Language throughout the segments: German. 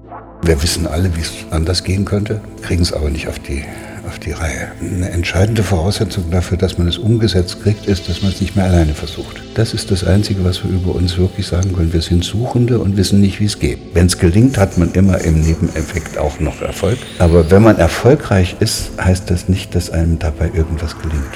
Wir wissen alle, wie es anders gehen könnte, kriegen es aber nicht auf die Reihe. Eine entscheidende Voraussetzung dafür, dass man es umgesetzt kriegt, ist, dass man es nicht mehr alleine versucht. Das ist das Einzige, was wir über uns wirklich sagen können. Wir sind Suchende und wissen nicht, wie es geht. Wenn es gelingt, hat man immer im Nebeneffekt auch noch Erfolg. Aber wenn man erfolgreich ist, heißt das nicht, dass einem dabei irgendwas gelingt.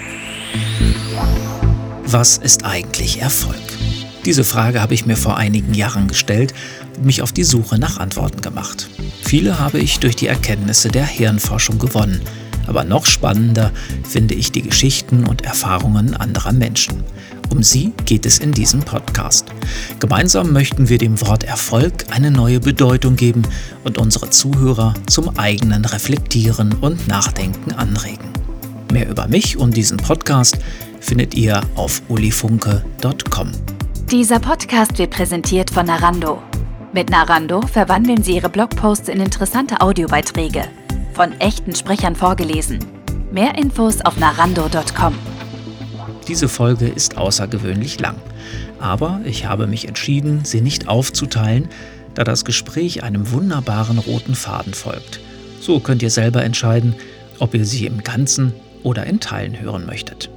Was ist eigentlich Erfolg? Diese Frage habe ich mir vor einigen Jahren gestellt und mich auf die Suche nach Antworten gemacht. Viele habe ich durch die Erkenntnisse der Hirnforschung gewonnen, aber noch spannender finde ich die Geschichten und Erfahrungen anderer Menschen. Um sie geht es in diesem Podcast. Gemeinsam möchten wir dem Wort Erfolg eine neue Bedeutung geben und unsere Zuhörer zum eigenen Reflektieren und Nachdenken anregen. Mehr über mich und diesen Podcast findet ihr auf ulifunke.com. Dieser Podcast wird präsentiert von Narando. Mit Narando verwandeln Sie Ihre Blogposts in interessante Audiobeiträge. Von echten Sprechern vorgelesen. Mehr Infos auf narando.com. Diese Folge ist außergewöhnlich lang. Aber ich habe mich entschieden, sie nicht aufzuteilen, da das Gespräch einem wunderbaren roten Faden folgt. So könnt ihr selber entscheiden, ob ihr sie im Ganzen oder in Teilen hören möchtet.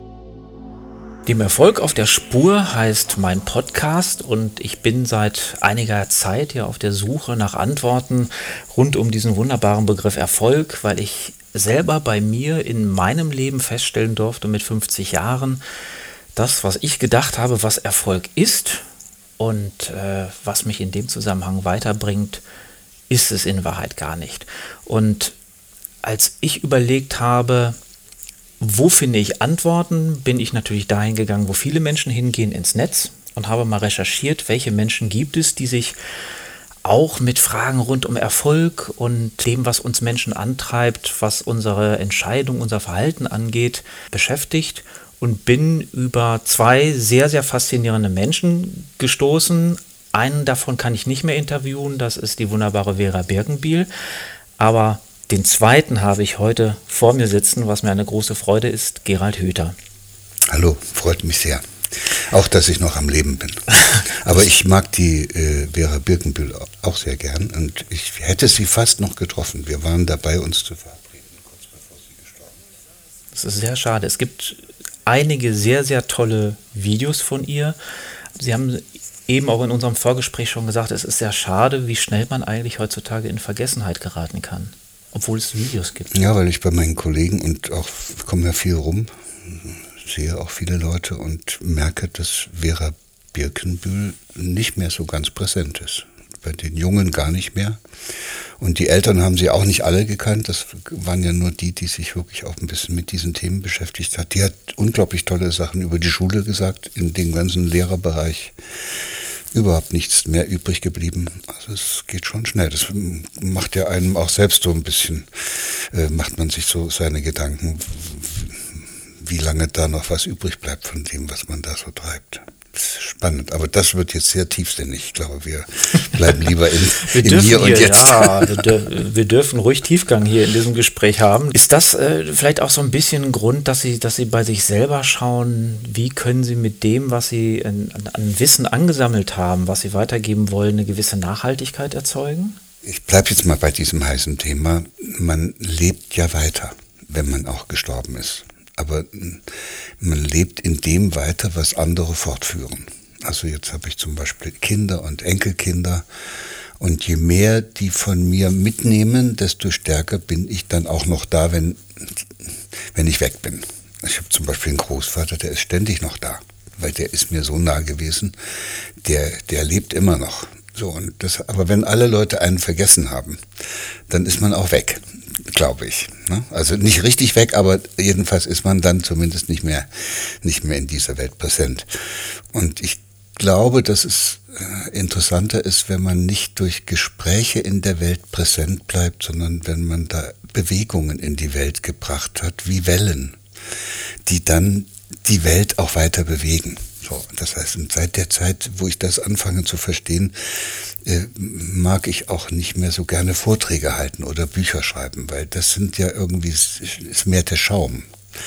Dem Erfolg auf der Spur heißt mein Podcast und ich bin seit einiger Zeit hier auf der Suche nach Antworten rund um diesen wunderbaren Begriff Erfolg, weil ich selber bei mir in meinem Leben feststellen durfte mit 50 Jahren, das, was ich gedacht habe, was Erfolg ist und was mich in dem Zusammenhang weiterbringt, ist es in Wahrheit gar nicht. Und als ich überlegt habe, wo finde ich Antworten, bin ich natürlich dahin gegangen, wo viele Menschen hingehen, ins Netz und habe mal recherchiert, welche Menschen gibt es, die sich auch mit Fragen rund um Erfolg und dem, was uns Menschen antreibt, was unsere Entscheidung, unser Verhalten angeht, beschäftigt und bin über zwei sehr, sehr faszinierende Menschen gestoßen. Einen davon kann ich nicht mehr interviewen, das ist die wunderbare Vera Birkenbiel, aber den zweiten habe ich heute vor mir sitzen, was mir eine große Freude ist, Gerald Hüther. Hallo, freut mich sehr. Auch, dass ich noch am Leben bin. Aber ich mag die Vera Birkenbiel auch sehr gern und ich hätte sie fast noch getroffen. Wir waren dabei, uns zu verabreden, kurz bevor sie gestorben ist. Das ist sehr schade. Es gibt einige sehr, sehr tolle Videos von ihr. Sie haben eben auch in unserem Vorgespräch schon gesagt, es ist sehr schade, wie schnell man eigentlich heutzutage in Vergessenheit geraten kann. Obwohl es Videos gibt. Ja, weil ich bei meinen Kollegen und auch komme ja viel rum, sehe auch viele Leute und merke, dass Vera Birkenbiel nicht mehr so ganz präsent ist. Bei den Jungen gar nicht mehr. Und die Eltern haben sie auch nicht alle gekannt. Das waren ja nur die sich wirklich auch ein bisschen mit diesen Themen beschäftigt hat. Die hat unglaublich tolle Sachen über die Schule gesagt, in dem ganzen Lehrerbereich. Überhaupt nichts mehr übrig geblieben. Also es geht schon schnell. Das macht ja einem auch selbst so ein bisschen, macht man sich so seine Gedanken, wie lange da noch was übrig bleibt von dem, was man da so treibt. Das ist spannend, aber das wird jetzt sehr tiefsinnig. Ich glaube, wir bleiben lieber in Hier und Jetzt. Ja, wir dürfen ruhig Tiefgang hier in diesem Gespräch haben. Ist das vielleicht auch so ein bisschen ein Grund, dass Sie bei sich selber schauen, wie können Sie mit dem, was Sie an Wissen angesammelt haben, was Sie weitergeben wollen, eine gewisse Nachhaltigkeit erzeugen? Ich bleibe jetzt mal bei diesem heißen Thema. Man lebt ja weiter, wenn man auch gestorben ist. Aber man lebt in dem weiter, was andere fortführen. Also jetzt habe ich zum Beispiel Kinder und Enkelkinder und je mehr die von mir mitnehmen, desto stärker bin ich dann auch noch da, wenn ich weg bin. Ich habe zum Beispiel einen Großvater, der ist ständig noch da, weil der ist mir so nah gewesen, der lebt immer noch. So, und aber wenn alle Leute einen vergessen haben, dann ist man auch weg, glaube ich. Ne? Also nicht richtig weg, aber jedenfalls ist man dann zumindest nicht mehr in dieser Welt präsent. Und ich glaube, dass es interessanter ist, wenn man nicht durch Gespräche in der Welt präsent bleibt, sondern wenn man da Bewegungen in die Welt gebracht hat, wie Wellen, die dann die Welt auch weiter bewegen. So, das heißt, seit der Zeit, wo ich das anfange zu verstehen, mag ich auch nicht mehr so gerne Vorträge halten oder Bücher schreiben, weil das sind ja irgendwie, ist mehr der Schaum.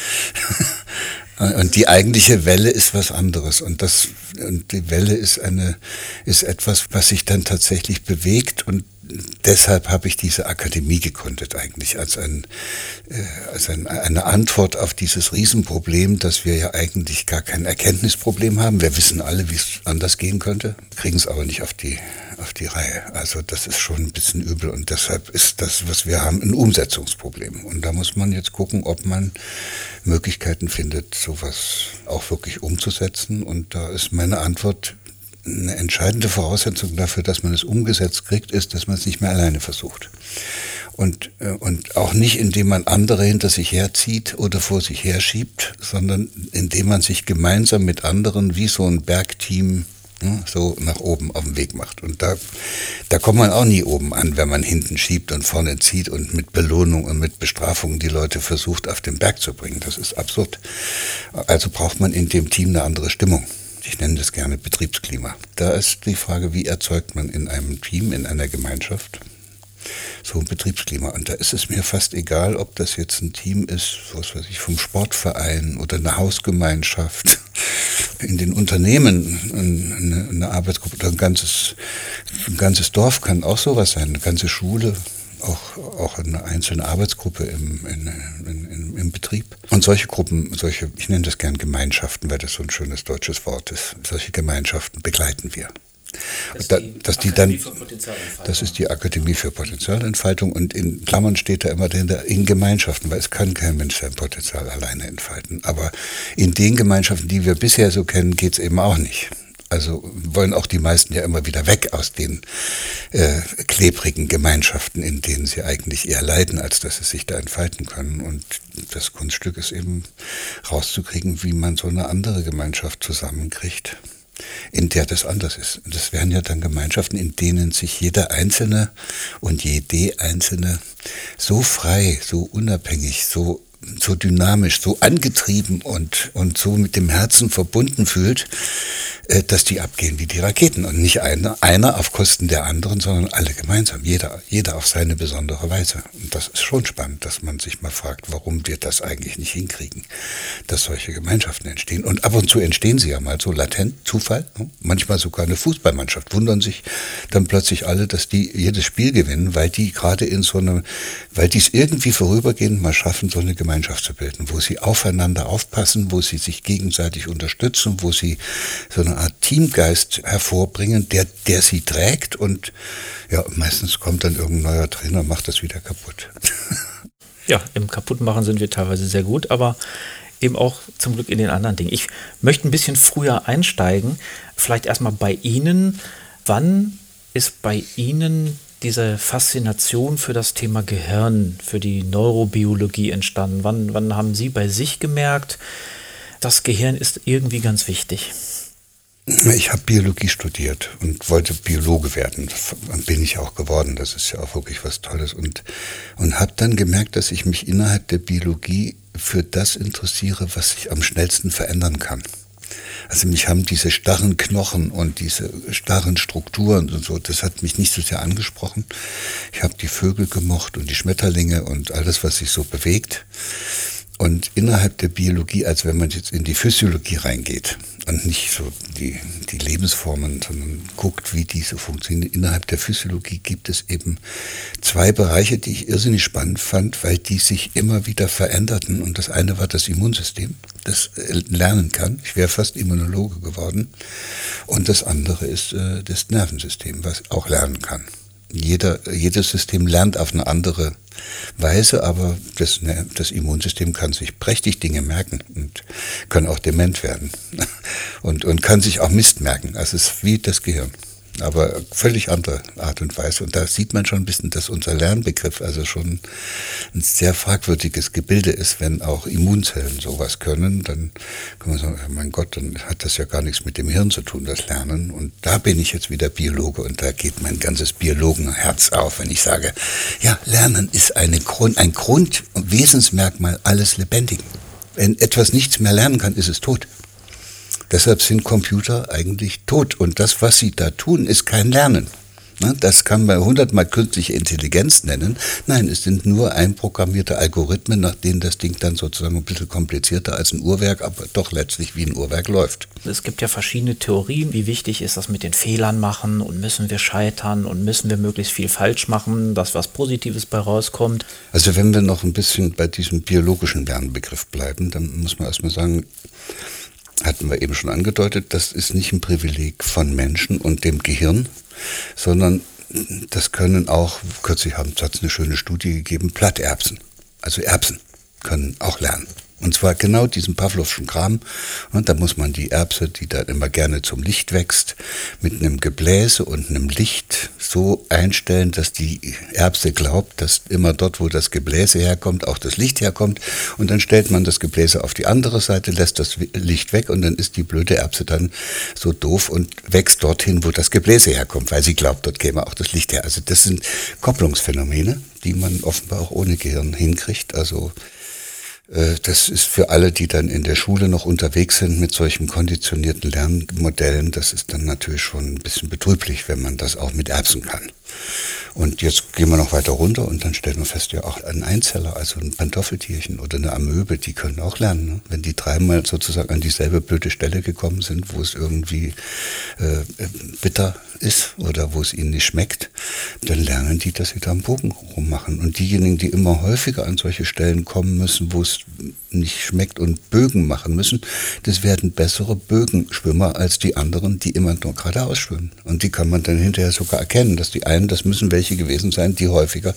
Und die eigentliche Welle ist was anderes. Und die Welle ist etwas, was sich dann tatsächlich bewegt und deshalb habe ich diese Akademie gegründet eigentlich als eine Antwort auf dieses Riesenproblem, dass wir ja eigentlich gar kein Erkenntnisproblem haben. Wir wissen alle, wie es anders gehen könnte, kriegen es aber nicht auf die Reihe. Also das ist schon ein bisschen übel und deshalb ist das, was wir haben, ein Umsetzungsproblem. Und da muss man jetzt gucken, ob man Möglichkeiten findet, sowas auch wirklich umzusetzen. Und da ist meine Antwort: eine entscheidende Voraussetzung dafür, dass man es umgesetzt kriegt, ist, dass man es nicht mehr alleine versucht. Und auch nicht, indem man andere hinter sich herzieht oder vor sich herschiebt, sondern indem man sich gemeinsam mit anderen wie so ein Bergteam so nach oben auf den Weg macht. Und da kommt man auch nie oben an, wenn man hinten schiebt und vorne zieht und mit Belohnung und mit Bestrafung die Leute versucht, auf den Berg zu bringen. Das ist absurd. Also braucht man in dem Team eine andere Stimmung. Ich nenne das gerne Betriebsklima. Da ist die Frage, wie erzeugt man in einem Team, in einer Gemeinschaft so ein Betriebsklima. Und da ist es mir fast egal, ob das jetzt ein Team ist, was weiß ich, vom Sportverein oder eine Hausgemeinschaft, in den Unternehmen eine Arbeitsgruppe oder ein ganzes Dorf kann auch sowas sein, eine ganze Schule, auch eine einzelne Arbeitsgruppe im Betrieb. Und solche Gruppen, ich nenne das gern Gemeinschaften, weil das so ein schönes deutsches Wort ist, solche Gemeinschaften begleiten wir. Das ist die Akademie für Potenzialentfaltung und in Klammern steht da immer dahinter, in Gemeinschaften, weil es kann kein Mensch sein Potenzial alleine entfalten. Aber in den Gemeinschaften, die wir bisher so kennen, geht es eben auch nicht. Also wollen auch die meisten ja immer wieder weg aus den klebrigen Gemeinschaften, in denen sie eigentlich eher leiden, als dass sie sich da entfalten können. Und das Kunststück ist eben rauszukriegen, wie man so eine andere Gemeinschaft zusammenkriegt, in der das anders ist. Und das wären ja dann Gemeinschaften, in denen sich jeder Einzelne und jede Einzelne so frei, so unabhängig, so dynamisch, so angetrieben und so mit dem Herzen verbunden fühlt, dass die abgehen wie die Raketen. Und nicht einer auf Kosten der anderen, sondern alle gemeinsam, jeder auf seine besondere Weise. Und das ist schon spannend, dass man sich mal fragt, warum wir das eigentlich nicht hinkriegen, dass solche Gemeinschaften entstehen. Und ab und zu entstehen sie ja mal so latent, Zufall. Manchmal sogar eine Fußballmannschaft wundern sich dann plötzlich alle, dass die jedes Spiel gewinnen, weil die gerade weil die es irgendwie vorübergehend mal schaffen, so eine Gemeinschaft zu bilden, wo sie aufeinander aufpassen, wo sie sich gegenseitig unterstützen, wo sie so eine Art Teamgeist hervorbringen, der sie trägt und ja, meistens kommt dann irgendein neuer Trainer und macht das wieder kaputt. Ja, im Kaputtmachen sind wir teilweise sehr gut, aber eben auch zum Glück in den anderen Dingen. Ich möchte ein bisschen früher einsteigen, vielleicht erstmal bei Ihnen. Wann ist bei Ihnen diese Faszination für das Thema Gehirn, für die Neurobiologie entstanden? Wann haben Sie bei sich gemerkt, das Gehirn ist irgendwie ganz wichtig? Ich habe Biologie studiert und wollte Biologe werden. Bin ich auch geworden. Das ist ja auch wirklich was Tolles. Und habe dann gemerkt, dass ich mich innerhalb der Biologie für das interessiere, was sich am schnellsten verändern kann. Also mich haben diese starren Knochen und diese starren Strukturen und so, das hat mich nicht so sehr angesprochen. Ich habe die Vögel gemocht und die Schmetterlinge und alles, was sich so bewegt. Und innerhalb der Biologie, als wenn man jetzt in die Physiologie reingeht und nicht so die Lebensformen, sondern guckt, wie diese funktionieren. Innerhalb der Physiologie gibt es eben zwei Bereiche, die ich irrsinnig spannend fand, weil die sich immer wieder veränderten. Und das eine war das Immunsystem, das lernen kann. Ich wäre fast Immunologe geworden. Und das andere ist das Nervensystem, was auch lernen kann. Jedes System lernt auf eine andere Weise, aber das Immunsystem kann sich prächtig Dinge merken und kann auch dement werden und kann sich auch Mist merken. Also es ist wie das Gehirn, aber völlig andere Art und Weise. Und da sieht man schon ein bisschen, dass unser Lernbegriff also schon ein sehr fragwürdiges Gebilde ist. Wenn auch Immunzellen sowas können, dann kann man sagen, mein Gott, dann hat das ja gar nichts mit dem Hirn zu tun, das Lernen. Und da bin ich jetzt wieder Biologe und da geht mein ganzes Biologenherz auf, wenn ich sage, ja, Lernen ist ein Grund- und Wesensmerkmal alles Lebendigen. Wenn etwas nichts mehr lernen kann, ist es tot. Deshalb sind Computer eigentlich tot. Und das, was sie da tun, ist kein Lernen. Das kann man 100-mal künstliche Intelligenz nennen. Nein, es sind nur einprogrammierte Algorithmen, nach denen das Ding dann sozusagen ein bisschen komplizierter als ein Uhrwerk, aber doch letztlich wie ein Uhrwerk läuft. Es gibt ja verschiedene Theorien, wie wichtig ist das mit den Fehlern machen und müssen wir scheitern und müssen wir möglichst viel falsch machen, dass was Positives bei rauskommt. Also wenn wir noch ein bisschen bei diesem biologischen Lernbegriff bleiben, dann muss man erstmal sagen, hatten wir eben schon angedeutet, das ist nicht ein Privileg von Menschen und dem Gehirn, sondern das können auch, kürzlich hat es eine schöne Studie gegeben, Platterbsen. Also Erbsen können auch lernen. Und zwar genau diesen Pavlovschen Kram. Und da muss man die Erbse, die dann immer gerne zum Licht wächst, mit einem Gebläse und einem Licht so einstellen, dass die Erbse glaubt, dass immer dort, wo das Gebläse herkommt, auch das Licht herkommt. Und dann stellt man das Gebläse auf die andere Seite, lässt das Licht weg und dann ist die blöde Erbse dann so doof und wächst dorthin, wo das Gebläse herkommt, weil sie glaubt, dort käme auch das Licht her. Also das sind Kopplungsphänomene, die man offenbar auch ohne Gehirn hinkriegt. Also das ist für alle, die dann in der Schule noch unterwegs sind mit solchen konditionierten Lernmodellen, das ist dann natürlich schon ein bisschen betrüblich, wenn man das auch mit Erbsen kann. Und jetzt gehen wir noch weiter runter und dann stellen wir fest, ja auch ein Einzeller, also ein Pantoffeltierchen oder eine Amöbe, die können auch lernen. Ne? Wenn die dreimal sozusagen an dieselbe blöde Stelle gekommen sind, wo es irgendwie bitter ist oder wo es ihnen nicht schmeckt, dann lernen die, dass sie da einen Bogen rummachen. Und diejenigen, die immer häufiger an solche Stellen kommen müssen, wo es nicht schmeckt und Bögen machen müssen, das werden bessere Bögenschwimmer als die anderen, die immer nur geradeaus schwimmen. Und die kann man dann hinterher sogar erkennen, dass die einen, das müssen welche gewesen sein, die häufiger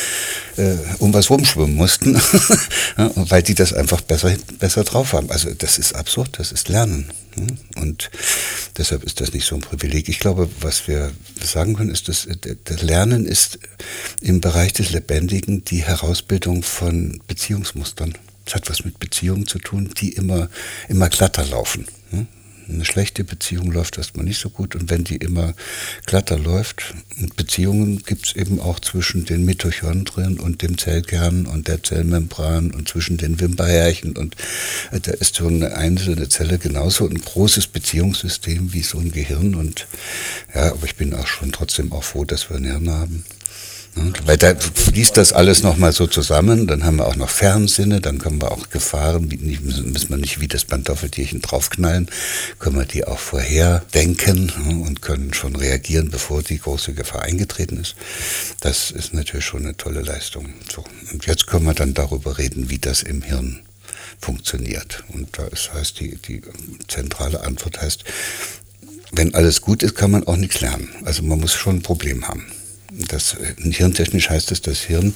um was rumschwimmen mussten, ja, weil die das einfach besser drauf haben. Also das ist absurd, das ist Lernen. Und deshalb ist das nicht so ein Privileg. Ich glaube, was wir sagen können, ist, dass das Lernen ist im Bereich des Lebendigen die Herausbildung von Beziehungsmustern. Es hat was mit Beziehungen zu tun, die immer glatter laufen. Eine schlechte Beziehung läuft erstmal nicht so gut und wenn die immer glatter läuft, Beziehungen gibt es eben auch zwischen den Mitochondrien und dem Zellkern und der Zellmembran und zwischen den Wimperhärchen und da ist so eine einzelne Zelle genauso ein großes Beziehungssystem wie so ein Gehirn und ja, aber ich bin auch schon trotzdem auch froh, dass wir ein Hirn haben. Weil da fließt das alles nochmal so zusammen, dann haben wir auch noch Fernsinne, dann können wir auch Gefahren, müssen wir nicht wie das Pantoffeltierchen draufknallen, können wir die auch vorher denken und können schon reagieren, bevor die große Gefahr eingetreten ist. Das ist natürlich schon eine tolle Leistung. So, und jetzt können wir dann darüber reden, wie das im Hirn funktioniert. Und da heißt die zentrale Antwort heißt, wenn alles gut ist, kann man auch nichts lernen. Also man muss schon ein Problem haben. Hirntechnisch heißt es, das Hirn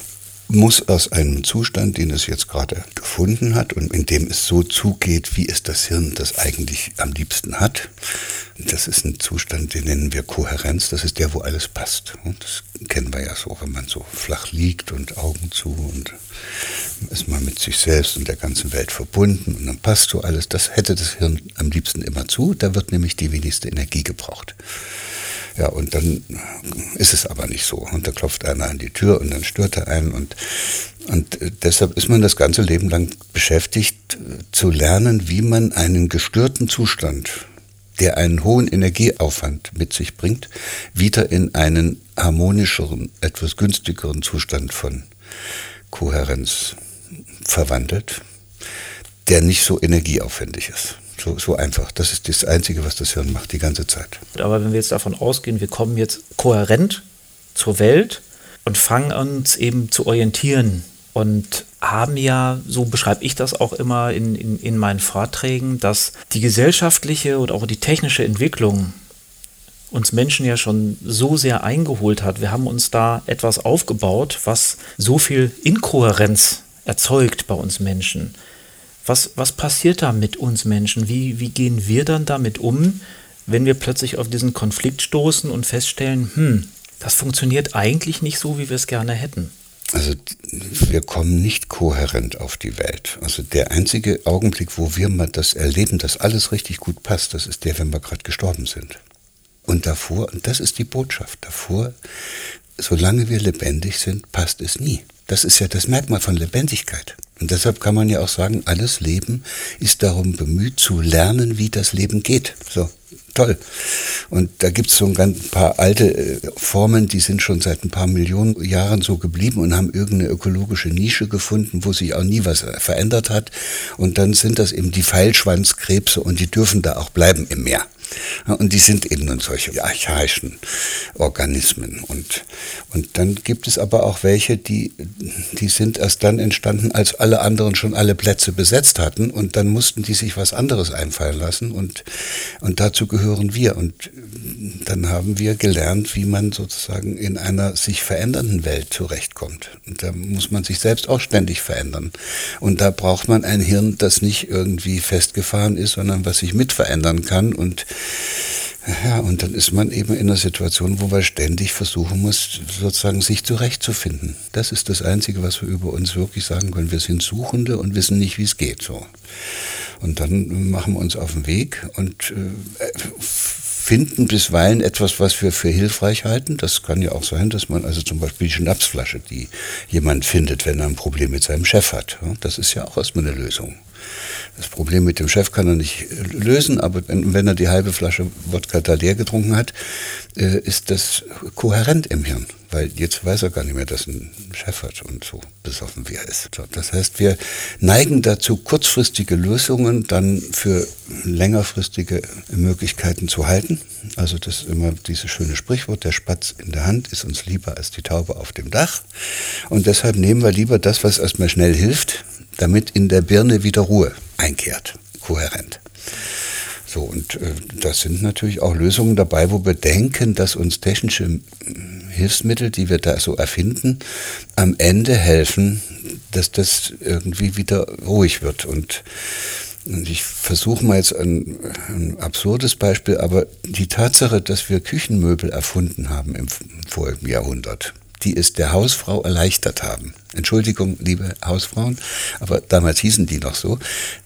muss aus einem Zustand, den es jetzt gerade gefunden hat und in dem es so zugeht, wie es das Hirn das eigentlich am liebsten hat. Das ist ein Zustand, den nennen wir Kohärenz. Das ist der, wo alles passt. Und das kennen wir ja so, wenn man so flach liegt und Augen zu und ist man mit sich selbst und der ganzen Welt verbunden und dann passt so alles. Das hätte das Hirn am liebsten immer zu. Da wird nämlich die wenigste Energie gebraucht. Ja, und dann ist es aber nicht so. Und da klopft einer an die Tür und dann stört er einen. Und deshalb ist man das ganze Leben lang beschäftigt, zu lernen, wie man einen gestörten Zustand, der einen hohen Energieaufwand mit sich bringt, wieder in einen harmonischeren, etwas günstigeren Zustand von Kohärenz verwandelt, der nicht so energieaufwendig ist. So einfach. Das ist das Einzige, was das Hirn macht, die ganze Zeit. Aber wenn wir jetzt davon ausgehen, wir kommen jetzt kohärent zur Welt und fangen uns eben zu orientieren und haben ja, so beschreibe ich das auch immer in meinen Vorträgen, dass die gesellschaftliche und auch die technische Entwicklung uns Menschen ja schon so sehr eingeholt hat. Wir haben uns da etwas aufgebaut, was so viel Inkohärenz erzeugt bei uns Menschen. Was passiert da mit uns Menschen? Wie gehen wir dann damit um, wenn wir plötzlich auf diesen Konflikt stoßen und feststellen, das funktioniert eigentlich nicht so, wie wir es gerne hätten? Also wir kommen nicht kohärent auf die Welt. Also der einzige Augenblick, wo wir mal das erleben, dass alles richtig gut passt, das ist der, wenn wir gerade gestorben sind. Und davor, und das ist die Botschaft, davor, solange wir lebendig sind, passt es nie. Das ist ja das Merkmal von Lebendigkeit. Und deshalb kann man ja auch sagen, alles Leben ist darum bemüht, zu lernen, wie das Leben geht. So. toll. Und da gibt es so ein paar alte Formen, die sind schon seit ein paar Millionen Jahren so geblieben und haben irgendeine ökologische Nische gefunden, wo sich auch nie was verändert hat. Und dann sind das eben die Pfeilschwanzkrebse und die dürfen da auch bleiben im Meer. Und die sind eben nun solche archaischen Organismen. Und dann gibt es aber auch welche, die sind erst dann entstanden, als alle anderen schon alle Plätze besetzt hatten. Und dann mussten die sich was anderes einfallen lassen. Und dazu gehören wir. Und dann haben wir gelernt, wie man sozusagen in einer sich verändernden Welt zurechtkommt. Und da muss man sich selbst auch ständig verändern. Und da braucht man ein Hirn, das nicht irgendwie festgefahren ist, sondern was sich mit verändern kann. Und dann ist man eben in einer Situation, wo man ständig versuchen muss, sozusagen sich zurechtzufinden. Das ist das Einzige, was wir über uns wirklich sagen können. Wir sind Suchende und wissen nicht, wie es geht. So. Und dann machen wir uns auf den Weg und finden bisweilen etwas, was wir für hilfreich halten. Das kann ja auch sein, dass man also zum Beispiel die Schnapsflasche, die jemand findet, wenn er ein Problem mit seinem Chef hat. Das ist ja auch erstmal eine Lösung. Das Problem mit dem Chef kann er nicht lösen, aber wenn er die halbe Flasche Wodka da leer getrunken hat, ist das kohärent im Hirn. Weil jetzt weiß er gar nicht mehr, dass er einen Chef hat und so besoffen wie er ist. Das heißt, wir neigen dazu, kurzfristige Lösungen dann für längerfristige Möglichkeiten zu halten. Also das ist immer dieses schöne Sprichwort, der Spatz in der Hand ist uns lieber als die Taube auf dem Dach. Und deshalb nehmen wir lieber das, was erstmal schnell hilft, damit in der Birne wieder Ruhe einkehrt, kohärent. So, und das sind natürlich auch Lösungen dabei, wo wir denken, dass uns technische Hilfsmittel, die wir da so erfinden, am Ende helfen, dass das irgendwie wieder ruhig wird. Und ich versuche mal jetzt ein absurdes Beispiel, aber die Tatsache, dass wir Küchenmöbel erfunden haben im vorigen Jahrhundert, die es der Hausfrau erleichtert haben. Entschuldigung, liebe Hausfrauen, aber damals hießen die noch so,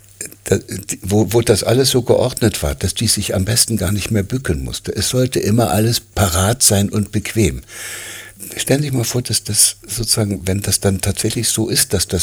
wo das alles so geordnet war, dass die sich am besten gar nicht mehr bücken musste. Es sollte immer alles parat sein und bequem. Stellen Sie sich mal vor, dass das sozusagen, wenn das dann tatsächlich so ist, dass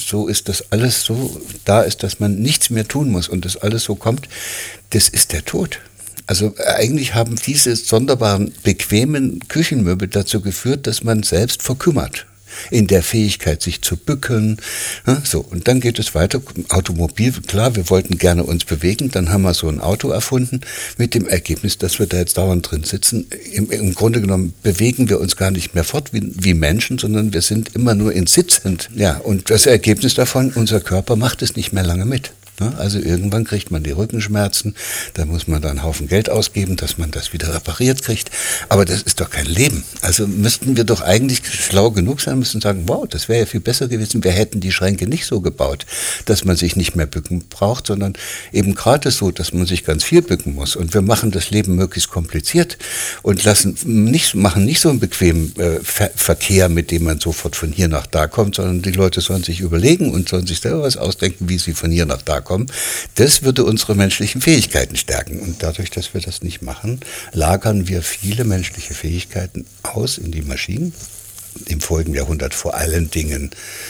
alles so da ist, dass man nichts mehr tun muss und das alles so kommt, das ist der Tod. Also eigentlich haben diese sonderbaren, bequemen Küchenmöbel dazu geführt, dass man selbst verkümmert. In der Fähigkeit, sich zu bücken. So, und dann geht es weiter. Automobil, klar, wir wollten gerne uns bewegen. Dann haben wir so ein Auto erfunden mit dem Ergebnis, dass wir da jetzt dauernd drin sitzen. Im Grunde genommen bewegen wir uns gar nicht mehr fort wie Menschen, sondern wir sind immer nur in sitzend. Ja, und das Ergebnis davon, unser Körper macht es nicht mehr lange mit. Also irgendwann kriegt man die Rückenschmerzen, da muss man dann einen Haufen Geld ausgeben, dass man das wieder repariert kriegt. Aber das ist doch kein Leben. Also müssten wir doch eigentlich schlau genug sein, müssen sagen, wow, das wäre ja viel besser gewesen, wir hätten die Schränke nicht so gebaut, dass man sich nicht mehr bücken braucht, sondern eben gerade so, dass man sich ganz viel bücken muss. Und wir machen das Leben möglichst kompliziert und machen nicht so einen bequemen Verkehr, mit dem man sofort von hier nach da kommt, sondern die Leute sollen sich überlegen und sollen sich selber was ausdenken, wie sie von hier nach da kommen. Das würde unsere menschlichen Fähigkeiten stärken. Und dadurch, dass wir das nicht machen, lagern wir viele menschliche Fähigkeiten aus in die Maschinen. Im vorigen Jahrhundert vor allen Dingen,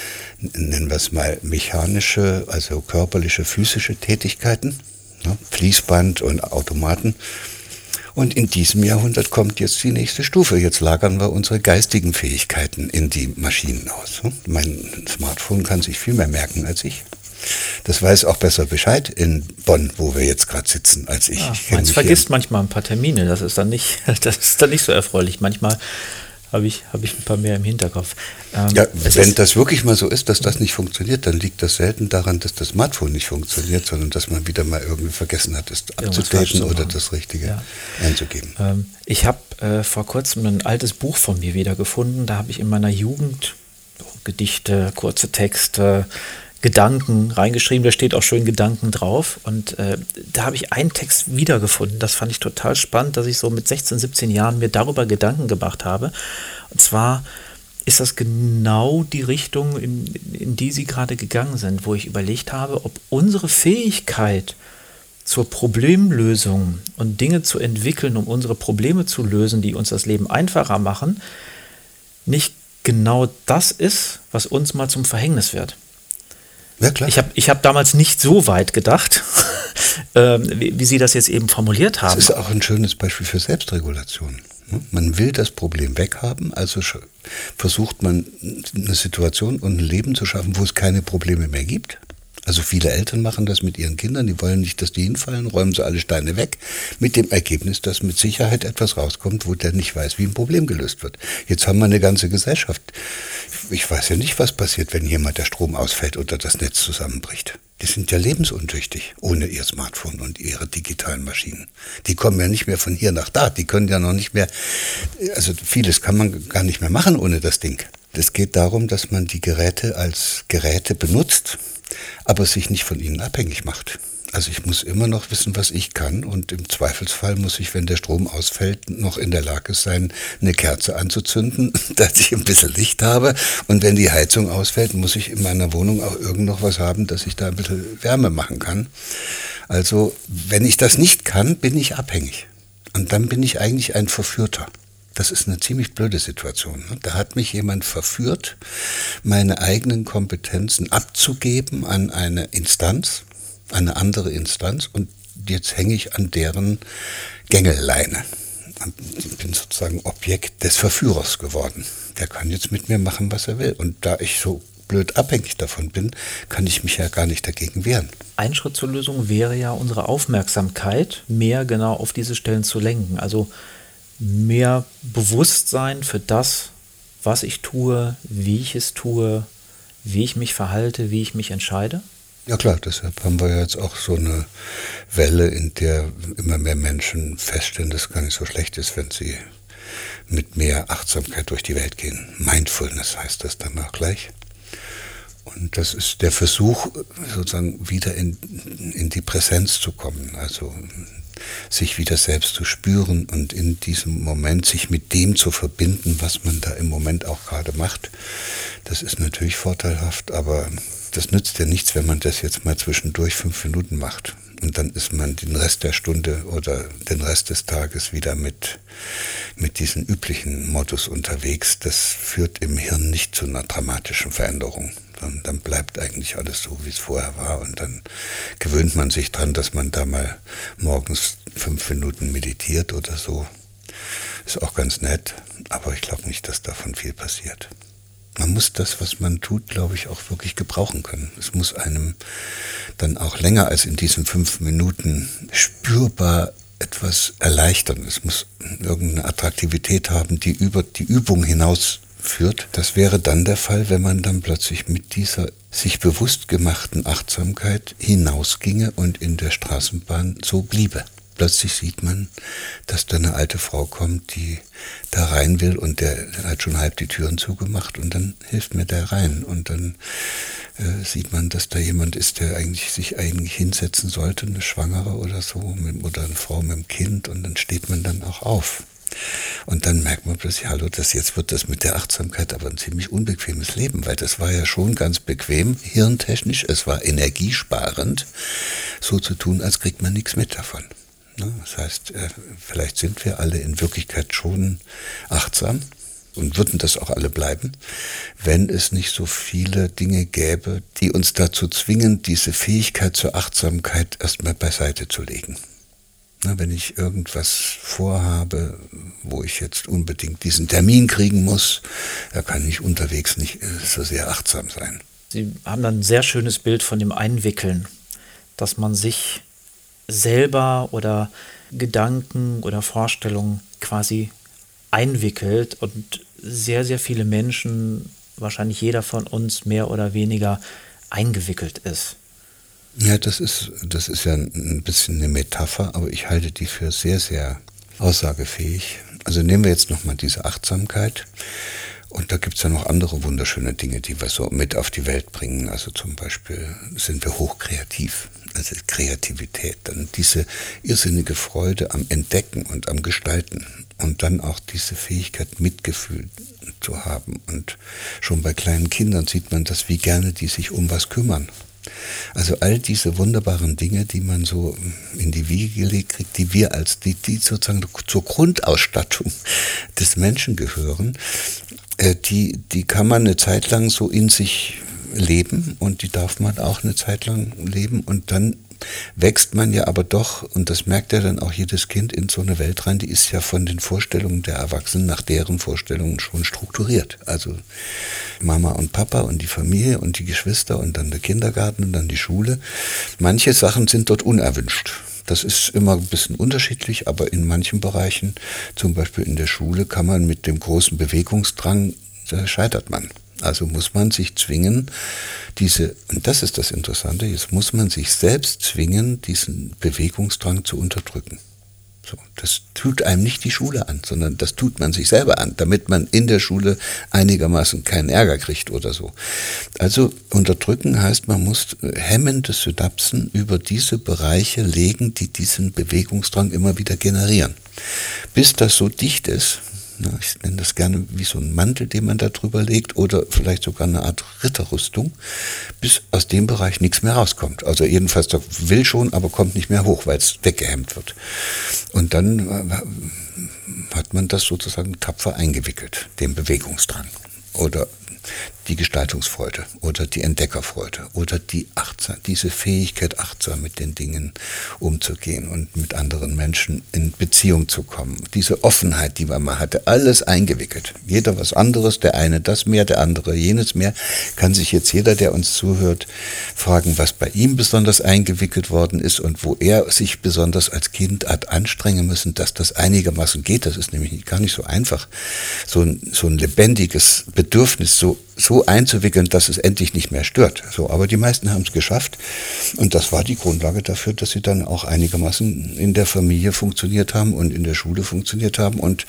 nennen wir es mal, mechanische, also körperliche, physische Tätigkeiten, Fließband und Automaten. Und in diesem Jahrhundert kommt jetzt die nächste Stufe. Jetzt lagern wir unsere geistigen Fähigkeiten in die Maschinen aus. Mein Smartphone kann sich viel mehr merken als ich. Das weiß auch besser Bescheid in Bonn, wo wir jetzt gerade sitzen, als ich. Meins vergisst manchmal ein paar Termine, das ist dann nicht so erfreulich. Manchmal habe ich ein paar mehr im Hinterkopf. Wenn das wirklich mal so ist, dass das nicht funktioniert, dann liegt das selten daran, dass das Smartphone nicht funktioniert, sondern dass man wieder mal irgendwie vergessen hat, es abzudaten oder das Richtige einzugeben. Ich habe vor kurzem ein altes Buch von mir wiedergefunden. Da habe ich in meiner Jugend Gedichte, kurze Texte, Gedanken reingeschrieben, da steht auch schön Gedanken drauf und da habe ich einen Text wiedergefunden, das fand ich total spannend, dass ich so mit 16, 17 Jahren mir darüber Gedanken gemacht habe und zwar ist das genau die Richtung, in die Sie gerade gegangen sind, wo ich überlegt habe, ob unsere Fähigkeit zur Problemlösung und Dinge zu entwickeln, um unsere Probleme zu lösen, die uns das Leben einfacher machen, nicht genau das ist, was uns mal zum Verhängnis wird. Ja, klar. Ich hab damals nicht so weit gedacht, wie Sie das jetzt eben formuliert haben. Das ist auch ein schönes Beispiel für Selbstregulation. Man will das Problem weghaben, also versucht man eine Situation und ein Leben zu schaffen, wo es keine Probleme mehr gibt. Also viele Eltern machen das mit ihren Kindern, die wollen nicht, dass die hinfallen, räumen sie alle Steine weg, mit dem Ergebnis, dass mit Sicherheit etwas rauskommt, wo der nicht weiß, wie ein Problem gelöst wird. Jetzt haben wir eine ganze Gesellschaft. Ich weiß ja nicht, was passiert, wenn jemand der Strom ausfällt oder das Netz zusammenbricht. Die sind ja lebensuntüchtig ohne ihr Smartphone und ihre digitalen Maschinen. Die kommen ja nicht mehr von hier nach da, die können ja noch nicht mehr, also vieles kann man gar nicht mehr machen ohne das Ding. Es geht darum, dass man die Geräte als Geräte benutzt, aber sich nicht von ihnen abhängig macht. Also ich muss immer noch wissen, was ich kann und im Zweifelsfall muss ich, wenn der Strom ausfällt, noch in der Lage sein, eine Kerze anzuzünden, dass ich ein bisschen Licht habe, und wenn die Heizung ausfällt, muss ich in meiner Wohnung auch irgend noch was haben, dass ich da ein bisschen Wärme machen kann. Also wenn ich das nicht kann, bin ich abhängig und dann bin ich eigentlich ein Verführter. Das ist eine ziemlich blöde Situation. Da hat mich jemand verführt, meine eigenen Kompetenzen abzugeben an eine Instanz, eine andere Instanz, und jetzt hänge ich an deren Gängelleine. Ich bin sozusagen Objekt des Verführers geworden. Der kann jetzt mit mir machen, was er will. Und da ich so blöd abhängig davon bin, kann ich mich ja gar nicht dagegen wehren. Ein Schritt zur Lösung wäre ja, unsere Aufmerksamkeit mehr genau auf diese Stellen zu lenken. Also mehr Bewusstsein für das, was ich tue, wie ich es tue, wie ich mich verhalte, wie ich mich entscheide? Ja klar, deshalb haben wir ja jetzt auch so eine Welle, in der immer mehr Menschen feststellen, dass es gar nicht so schlecht ist, wenn sie mit mehr Achtsamkeit durch die Welt gehen. Mindfulness heißt das dann auch gleich. Und das ist der Versuch, sozusagen wieder in die Präsenz zu kommen, also sich wieder selbst zu spüren und in diesem Moment sich mit dem zu verbinden, was man da im Moment auch gerade macht. Das ist natürlich vorteilhaft, aber das nützt ja nichts, wenn man das jetzt mal zwischendurch 5 Minuten macht. Und dann ist man den Rest der Stunde oder den Rest des Tages wieder mit diesem üblichen Modus unterwegs. Das führt im Hirn nicht zu einer dramatischen Veränderung. Dann bleibt eigentlich alles so, wie es vorher war. Und dann gewöhnt man sich dran, dass man da mal morgens 5 Minuten meditiert oder so. Ist auch ganz nett, aber ich glaube nicht, dass davon viel passiert. Man muss das, was man tut, glaube ich, auch wirklich gebrauchen können. Es muss einem dann auch länger als in diesen 5 Minuten spürbar etwas erleichtern. Es muss irgendeine Attraktivität haben, die über die Übung hinausführt. Das wäre dann der Fall, wenn man dann plötzlich mit dieser sich bewusst gemachten Achtsamkeit hinausginge und in der Straßenbahn so bliebe. Plötzlich sieht man, dass da eine alte Frau kommt, die da rein will, und der hat schon halb die Türen zugemacht, und dann hilft mir der rein. Und dann sieht man, dass da jemand ist, der sich eigentlich hinsetzen sollte, eine Schwangere oder so, oder eine Frau mit einem Kind, und dann steht man dann auch auf. Und dann merkt man plötzlich, hallo, jetzt wird das mit der Achtsamkeit aber ein ziemlich unbequemes Leben, weil das war ja schon ganz bequem, hirntechnisch, es war energiesparend, so zu tun, als kriegt man nichts mit davon. Das heißt, vielleicht sind wir alle in Wirklichkeit schon achtsam und würden das auch alle bleiben, wenn es nicht so viele Dinge gäbe, die uns dazu zwingen, diese Fähigkeit zur Achtsamkeit erstmal beiseite zu legen. Wenn ich irgendwas vorhabe, wo ich jetzt unbedingt diesen Termin kriegen muss, da kann ich unterwegs nicht so sehr achtsam sein. Sie haben dann ein sehr schönes Bild von dem Einwickeln, dass man sich selber oder Gedanken oder Vorstellungen quasi einwickelt und sehr, sehr viele Menschen, wahrscheinlich jeder von uns mehr oder weniger eingewickelt ist. Ja, das ist ja ein bisschen eine Metapher, aber ich halte die für sehr, sehr aussagefähig. Also nehmen wir jetzt nochmal diese Achtsamkeit. Und da gibt es ja noch andere wunderschöne Dinge, die wir so mit auf die Welt bringen. Also zum Beispiel sind wir hochkreativ. Also Kreativität, dann diese irrsinnige Freude am Entdecken und am Gestalten. Und dann auch diese Fähigkeit, Mitgefühl zu haben. Und schon bei kleinen Kindern sieht man das, wie gerne die sich um was kümmern. Also all diese wunderbaren Dinge, die man so in die Wiege gelegt kriegt, die wir als die sozusagen zur Grundausstattung des Menschen gehören, die kann man eine Zeit lang so in sich leben und die darf man auch eine Zeit lang leben und dann wächst man ja aber doch, und das merkt ja dann auch jedes Kind, in so eine Welt rein, die ist ja von den Vorstellungen der Erwachsenen nach deren Vorstellungen schon strukturiert. Also Mama und Papa und die Familie und die Geschwister und dann der Kindergarten und dann die Schule. Manche Sachen sind dort unerwünscht. Das ist immer ein bisschen unterschiedlich, aber in manchen Bereichen, zum Beispiel in der Schule, kann man mit dem großen Bewegungsdrang, da scheitert man. Also muss man sich zwingen, und das ist das Interessante, jetzt muss man sich selbst zwingen, diesen Bewegungsdrang zu unterdrücken. So, das tut einem nicht die Schule an, sondern das tut man sich selber an, damit man in der Schule einigermaßen keinen Ärger kriegt oder so. Also unterdrücken heißt, man muss hemmende Synapsen über diese Bereiche legen, die diesen Bewegungsdrang immer wieder generieren. Bis das so dicht ist, ich nenne das gerne wie so ein Mantel, den man da drüber legt oder vielleicht sogar eine Art Ritterrüstung, bis aus dem Bereich nichts mehr rauskommt. Also jedenfalls will schon, aber kommt nicht mehr hoch, weil es weggehemmt wird. Und dann hat man das sozusagen tapfer eingewickelt, den Bewegungsdrang oder die Gestaltungsfreude oder die Entdeckerfreude oder diese Fähigkeit, achtsam mit den Dingen umzugehen und mit anderen Menschen in Beziehung zu kommen. Diese Offenheit, die man mal hatte, alles eingewickelt. Jeder was anderes, der eine das mehr, der andere jenes mehr. Kann sich jetzt jeder, der uns zuhört, fragen, was bei ihm besonders eingewickelt worden ist und wo er sich besonders als Kind hat anstrengen müssen, dass das einigermaßen geht. Das ist nämlich gar nicht so einfach, so ein lebendiges Bedürfnis so einzuwickeln, dass es endlich nicht mehr stört. So, aber die meisten haben es geschafft und das war die Grundlage dafür, dass sie dann auch einigermaßen in der Familie funktioniert haben und in der Schule funktioniert haben und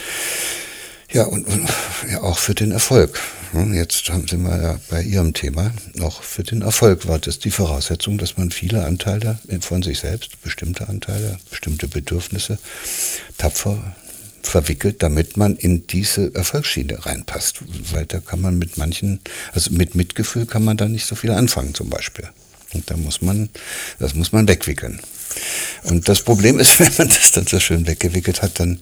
ja, und auch für den Erfolg. Jetzt sind wir ja bei Ihrem Thema. Auch für den Erfolg war das die Voraussetzung, dass man viele Anteile von sich selbst, bestimmte Anteile, bestimmte Bedürfnisse tapfer verwickelt, damit man in diese Erfolgsschiene reinpasst. Weil da kann man mit manchen, also mit Mitgefühl kann man da nicht so viel anfangen zum Beispiel. Und das muss man wegwickeln. Und das Problem ist, wenn man das dann so schön weggewickelt hat, dann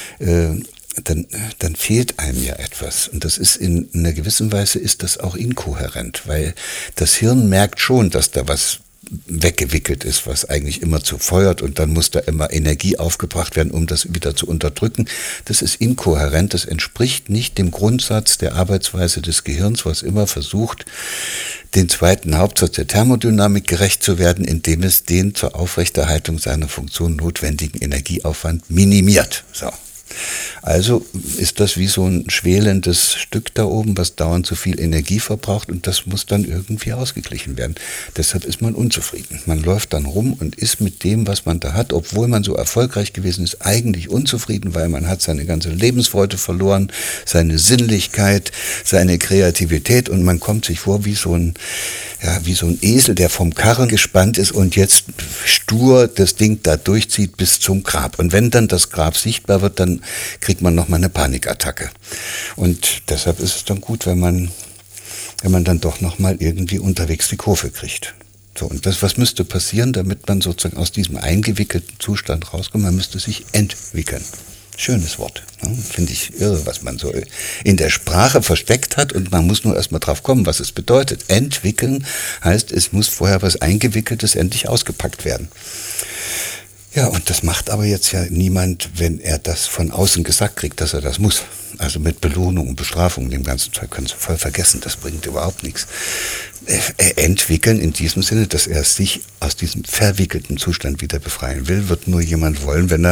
fehlt einem ja etwas. Und das ist in einer gewissen Weise ist das auch inkohärent, weil das Hirn merkt schon, dass da was weggewickelt ist, was eigentlich immer zu feuert und dann muss da immer Energie aufgebracht werden, um das wieder zu unterdrücken. Das ist inkohärent, das entspricht nicht dem Grundsatz der Arbeitsweise des Gehirns, was immer versucht, den zweiten Hauptsatz der Thermodynamik gerecht zu werden, indem es den zur Aufrechterhaltung seiner Funktion notwendigen Energieaufwand minimiert. So. Also ist das wie so ein schwelendes Stück da oben, was dauernd zu viel Energie verbraucht und das muss dann irgendwie ausgeglichen werden. Deshalb ist man unzufrieden. Man läuft dann rum und ist mit dem, was man da hat, obwohl man so erfolgreich gewesen ist, eigentlich unzufrieden, weil man hat seine ganze Lebensfreude verloren, seine Sinnlichkeit, seine Kreativität und man kommt sich vor wie so ein Esel, der vom Karren gespannt ist und jetzt stur das Ding da durchzieht bis zum Grab. Und wenn dann das Grab sichtbar wird, dann kriegt man nochmal eine Panikattacke. Und deshalb ist es dann gut, wenn man dann doch nochmal irgendwie unterwegs die Kurve kriegt. So, und was müsste passieren, damit man sozusagen aus diesem eingewickelten Zustand rauskommt? Man müsste sich entwickeln. Schönes Wort. Ne? Finde ich irre, was man so in der Sprache versteckt hat und man muss nur erstmal drauf kommen, was es bedeutet. Entwickeln heißt, es muss vorher was Eingewickeltes endlich ausgepackt werden. Ja, und das macht aber jetzt ja niemand, wenn er das von außen gesagt kriegt, dass er das muss. Also mit Belohnung und Bestrafung, dem ganzen Zeug können Sie voll vergessen, das bringt überhaupt nichts. Entwickeln in diesem Sinne, dass er sich aus diesem verwickelten Zustand wieder befreien will, wird nur jemand wollen, wenn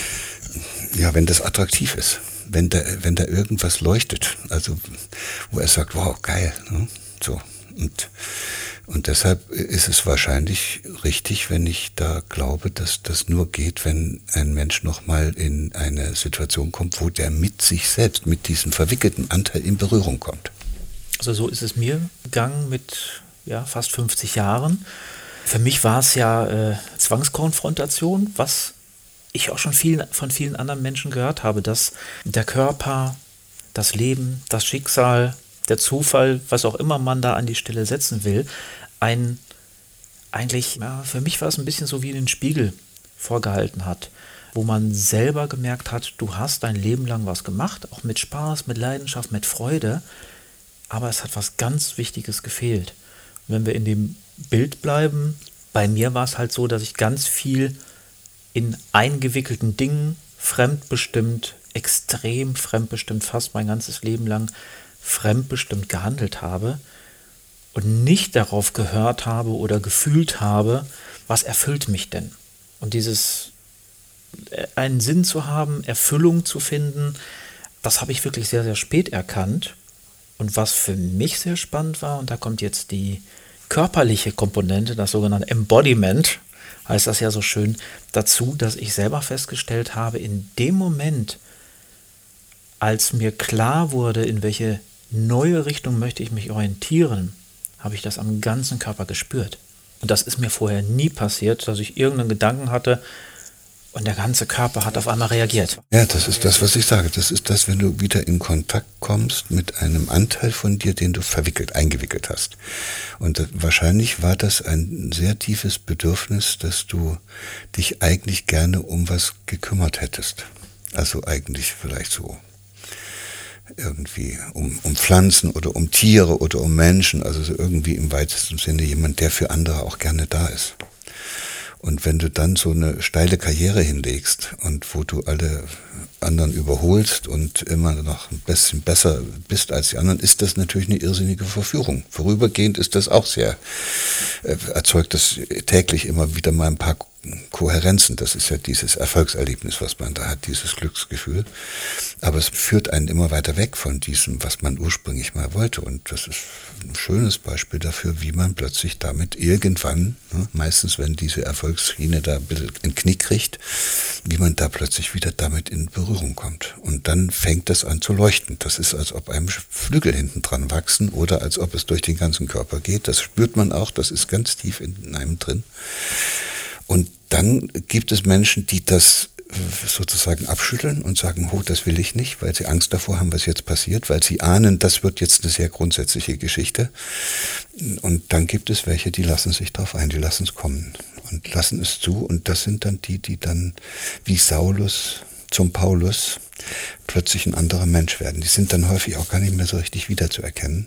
das attraktiv ist. Wenn da irgendwas leuchtet, also wo er sagt, wow, geil, ne? So. Und deshalb ist es wahrscheinlich richtig, wenn ich da glaube, dass das nur geht, wenn ein Mensch nochmal in eine Situation kommt, wo der mit sich selbst, mit diesem verwickelten Anteil in Berührung kommt. Also so ist es mir gegangen mit fast 50 Jahren. Für mich war es Zwangskonfrontation, was ich auch schon von vielen anderen Menschen gehört habe, dass der Körper, das Leben, das Schicksal, der Zufall, was auch immer man da an die Stelle setzen will, für mich war es ein bisschen so wie einen Spiegel vorgehalten hat, wo man selber gemerkt hat, du hast dein Leben lang was gemacht, auch mit Spaß, mit Leidenschaft, mit Freude, aber es hat was ganz Wichtiges gefehlt. Wenn wir in dem Bild bleiben, bei mir war es halt so, dass ich ganz viel in eingewickelten Dingen fremdbestimmt, extrem fremdbestimmt, fast mein ganzes Leben lang fremdbestimmt gehandelt habe und nicht darauf gehört habe oder gefühlt habe, was erfüllt mich denn? Und dieses einen Sinn zu haben, Erfüllung zu finden, das habe ich wirklich sehr, sehr spät erkannt. Und was für mich sehr spannend war, und da kommt jetzt die körperliche Komponente, das sogenannte Embodiment, heißt das ja so schön, dazu, dass ich selber festgestellt habe, in dem Moment, als mir klar wurde, in welche neue Richtung möchte ich mich orientieren, habe ich das am ganzen Körper gespürt. Und das ist mir vorher nie passiert, dass ich irgendeinen Gedanken hatte und der ganze Körper hat auf einmal reagiert. Ja, das ist das, was ich sage. Das ist das, wenn du wieder in Kontakt kommst mit einem Anteil von dir, den du eingewickelt hast. Und wahrscheinlich war das ein sehr tiefes Bedürfnis, dass du dich eigentlich gerne um was gekümmert hättest. Also eigentlich vielleicht so irgendwie um Pflanzen oder um Tiere oder um Menschen, also so irgendwie im weitesten Sinne jemand, der für andere auch gerne da ist. Und wenn du dann so eine steile Karriere hinlegst und wo du alle anderen überholst und immer noch ein bisschen besser bist als die anderen, ist das natürlich eine irrsinnige Verführung. Vorübergehend ist das auch sehr, erzeugt das täglich immer wieder mal ein paar Kohärenzen. Das ist ja dieses Erfolgserlebnis, was man da hat, dieses Glücksgefühl. Aber es führt einen immer weiter weg von diesem, was man ursprünglich mal wollte. Und das ist ein schönes Beispiel dafür, wie man plötzlich damit irgendwann, meistens wenn diese Erfolgsschiene da ein bisschen in den Knick kriegt, wie man da plötzlich wieder damit in Berührung kommt. Und dann fängt das an zu leuchten. Das ist, als ob einem Flügel hinten dran wachsen oder als ob es durch den ganzen Körper geht. Das spürt man auch, das ist ganz tief in einem drin. Und dann gibt es Menschen, die das sozusagen abschütteln und sagen, oh, das will ich nicht, weil sie Angst davor haben, was jetzt passiert, weil sie ahnen, das wird jetzt eine sehr grundsätzliche Geschichte. Und dann gibt es welche, die lassen sich drauf ein, die lassen es kommen und lassen es zu. Und das sind dann die dann wie Saulus zum Paulus plötzlich ein anderer Mensch werden. Die sind dann häufig auch gar nicht mehr so richtig wiederzuerkennen.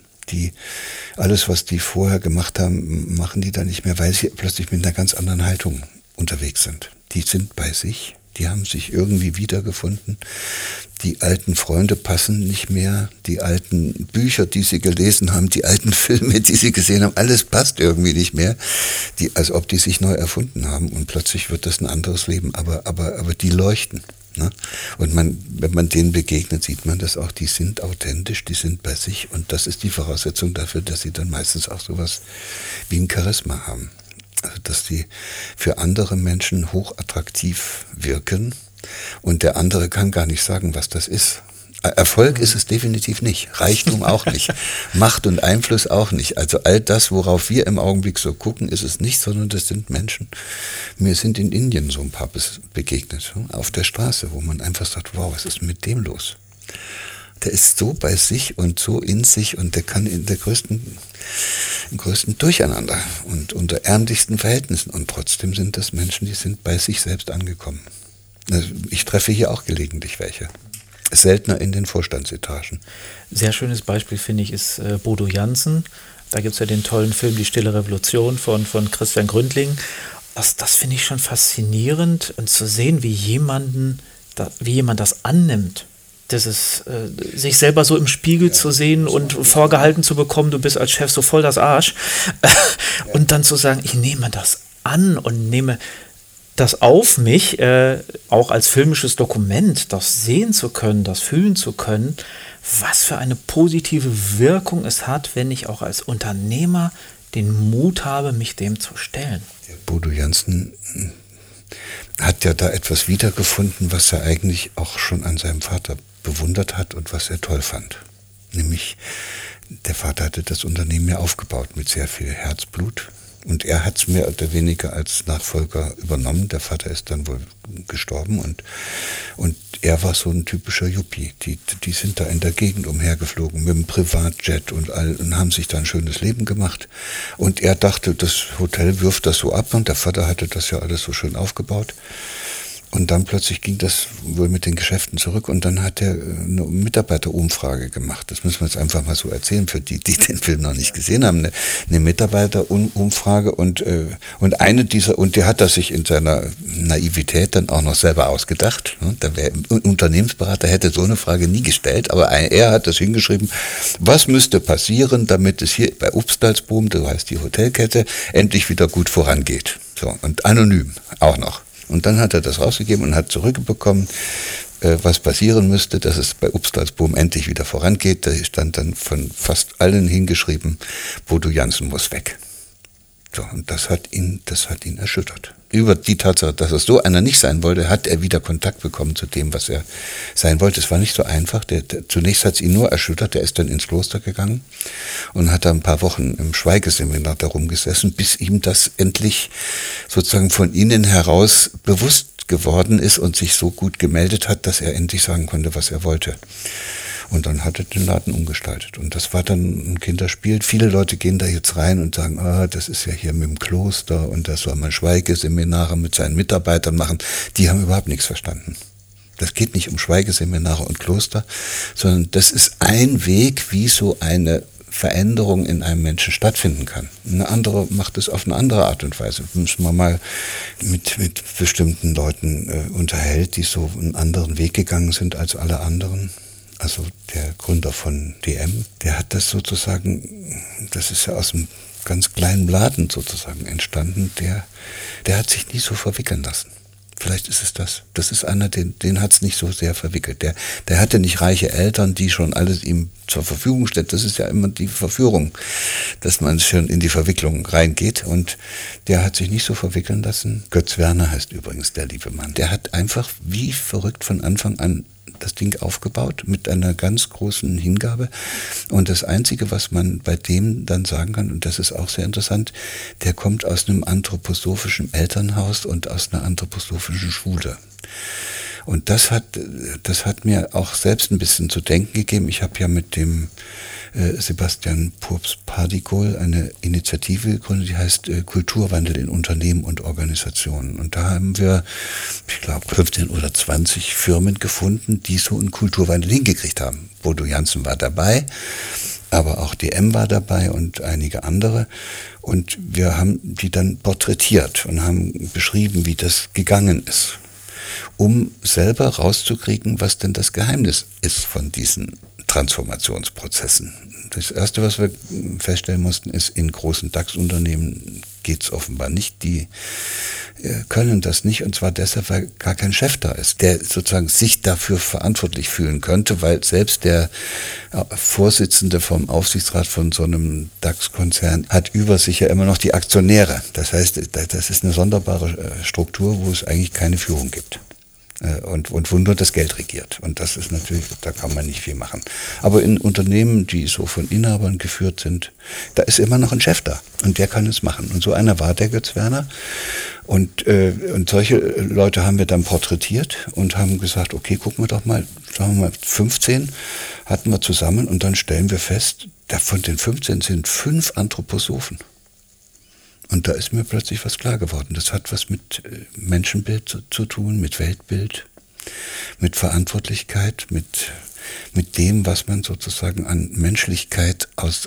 Alles, was die vorher gemacht haben, machen die dann nicht mehr, weil sie plötzlich mit einer ganz anderen Haltung unterwegs sind. Die sind bei sich, die haben sich irgendwie wiedergefunden. Die alten Freunde passen nicht mehr, die alten Bücher, die sie gelesen haben, die alten Filme, die sie gesehen haben, alles passt irgendwie nicht mehr, als ob die sich neu erfunden haben und plötzlich wird das ein anderes Leben, aber die leuchten. Ne? Und wenn man denen begegnet, sieht man das auch, die sind authentisch, die sind bei sich und das ist die Voraussetzung dafür, dass sie dann meistens auch sowas wie ein Charisma haben. Also dass die für andere Menschen hochattraktiv wirken und der andere kann gar nicht sagen, was das ist. Erfolg ist es definitiv nicht, Reichtum auch nicht, Macht und Einfluss auch nicht. Also all das, worauf wir im Augenblick so gucken, ist es nicht, sondern das sind Menschen. Mir sind in Indien so ein paar begegnet, auf der Straße, wo man einfach sagt, wow, was ist mit dem los? Der ist so bei sich und so in sich und der kann im größten Durcheinander und unter ärmlichsten Verhältnissen und trotzdem sind das Menschen, die sind bei sich selbst angekommen. Also ich treffe hier auch gelegentlich welche. Seltener in den Vorstandsetagen. Sehr schönes Beispiel, finde ich, ist Bodo Jansen. Da gibt es ja den tollen Film Die Stille Revolution von Christian Gründling. Das finde ich schon faszinierend und zu sehen, wie jemand das annimmt. Sich selber so im Spiegel zu sehen und vorgehalten zu bekommen, du bist als Chef so voll das Arsch. Und dann zu sagen, ich nehme das an und nehme das auf mich, auch als filmisches Dokument, das sehen zu können, das fühlen zu können, was für eine positive Wirkung es hat, wenn ich auch als Unternehmer den Mut habe, mich dem zu stellen. Bodo Jansen hat ja da etwas wiedergefunden, was er eigentlich auch schon an seinem Vater bewundert hat und was er toll fand. Nämlich, der Vater hatte das Unternehmen ja aufgebaut mit sehr viel Herzblut. Und er hat es mehr oder weniger als Nachfolger übernommen. Der Vater ist dann wohl gestorben und er war so ein typischer Yuppie. Die sind da in der Gegend umhergeflogen mit einem Privatjet und haben sich da ein schönes Leben gemacht. Und er dachte, das Hotel wirft das so ab und der Vater hatte das ja alles so schön aufgebaut. Und dann plötzlich ging das wohl mit den Geschäften zurück und dann hat er eine Mitarbeiterumfrage gemacht. Das müssen wir jetzt einfach mal so erzählen, für die den Film noch nicht gesehen haben. Eine Mitarbeiterumfrage und der hat das sich in seiner Naivität dann auch noch selber ausgedacht. Ein Unternehmensberater hätte so eine Frage nie gestellt, aber er hat das hingeschrieben, was müsste passieren, damit es hier bei Upstalsboom, das heißt die Hotelkette, endlich wieder gut vorangeht. So, und anonym auch noch. Und dann hat er das rausgegeben und hat zurückbekommen, was passieren müsste, dass es bei Upstalsboom endlich wieder vorangeht. Da stand dann von fast allen hingeschrieben, Bodo Jansen muss weg. So, und das hat ihn erschüttert. Über die Tatsache, dass er so einer nicht sein wollte, hat er wieder Kontakt bekommen zu dem, was er sein wollte. Es war nicht so einfach. Zunächst hat es ihn nur erschüttert. Er ist dann ins Kloster gegangen und hat da ein paar Wochen im Schweigeseminar darum gesessen, bis ihm das endlich sozusagen von innen heraus bewusst geworden ist und sich so gut gemeldet hat, dass er endlich sagen konnte, was er wollte. Und dann hat er den Laden umgestaltet. Und das war dann ein Kinderspiel. Viele Leute gehen da jetzt rein und sagen, das ist ja hier mit dem Kloster und da soll man Schweigeseminare mit seinen Mitarbeitern machen. Die haben überhaupt nichts verstanden. Das geht nicht um Schweigeseminare und Kloster, sondern das ist ein Weg, wie so eine Veränderung in einem Menschen stattfinden kann. Eine andere macht es auf eine andere Art und Weise. Müssen wir mal mit bestimmten Leuten unterhält, die so einen anderen Weg gegangen sind als alle anderen. Also der Gründer von DM, der hat das sozusagen, das ist ja aus einem ganz kleinen Laden sozusagen entstanden, der hat sich nie so verwickeln lassen. Vielleicht ist es das. Das ist einer, den hat es nicht so sehr verwickelt. Der hatte nicht reiche Eltern, die schon alles ihm zur Verfügung stellen. Das ist ja immer die Verführung, dass man schon in die Verwicklung reingeht. Und der hat sich nicht so verwickeln lassen. Götz Werner heißt übrigens der liebe Mann. Der hat einfach wie verrückt von Anfang an das Ding aufgebaut mit einer ganz großen Hingabe. Und das Einzige, was man bei dem dann sagen kann, und das ist auch sehr interessant, der kommt aus einem anthroposophischen Elternhaus und aus einer anthroposophischen Schule. Und das hat mir auch selbst ein bisschen zu denken gegeben. Ich habe ja mit dem Sebastian Purps-Pardikol eine Initiative gegründet, die heißt Kulturwandel in Unternehmen und Organisationen. Und da haben wir, ich glaube, 15 oder 20 Firmen gefunden, die so einen Kulturwandel hingekriegt haben. Bodo Jansen war dabei, aber auch DM war dabei und einige andere. Und wir haben die dann porträtiert und haben beschrieben, wie das gegangen ist, um selber rauszukriegen, was denn das Geheimnis ist von diesen Transformationsprozessen. Das Erste, was wir feststellen mussten, ist, in großen DAX-Unternehmen geht es offenbar nicht. Die können das nicht, und zwar deshalb, weil gar kein Chef da ist, der sozusagen sich dafür verantwortlich fühlen könnte, weil selbst der Vorsitzende vom Aufsichtsrat von so einem DAX-Konzern hat über sich ja immer noch die Aktionäre. Das heißt, das ist eine sonderbare Struktur, wo es eigentlich keine Führung gibt. Und wo nur das Geld regiert. Und das ist natürlich, da kann man nicht viel machen. Aber in Unternehmen, die so von Inhabern geführt sind, da ist immer noch ein Chef da. Und der kann es machen. Und so einer war der Götz Werner. Und solche Leute haben wir dann porträtiert und haben gesagt, okay, gucken wir doch mal, sagen wir mal 15 hatten wir zusammen und dann stellen wir fest, von den 15 sind 5 Anthroposophen. Und da ist mir plötzlich was klar geworden. Das hat was mit Menschenbild zu tun, mit Weltbild, mit Verantwortlichkeit, mit dem, was man sozusagen an Menschlichkeit aus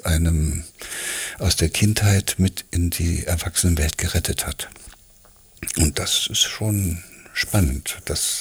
der Kindheit mit in die Erwachsenenwelt gerettet hat. Und das ist schon spannend,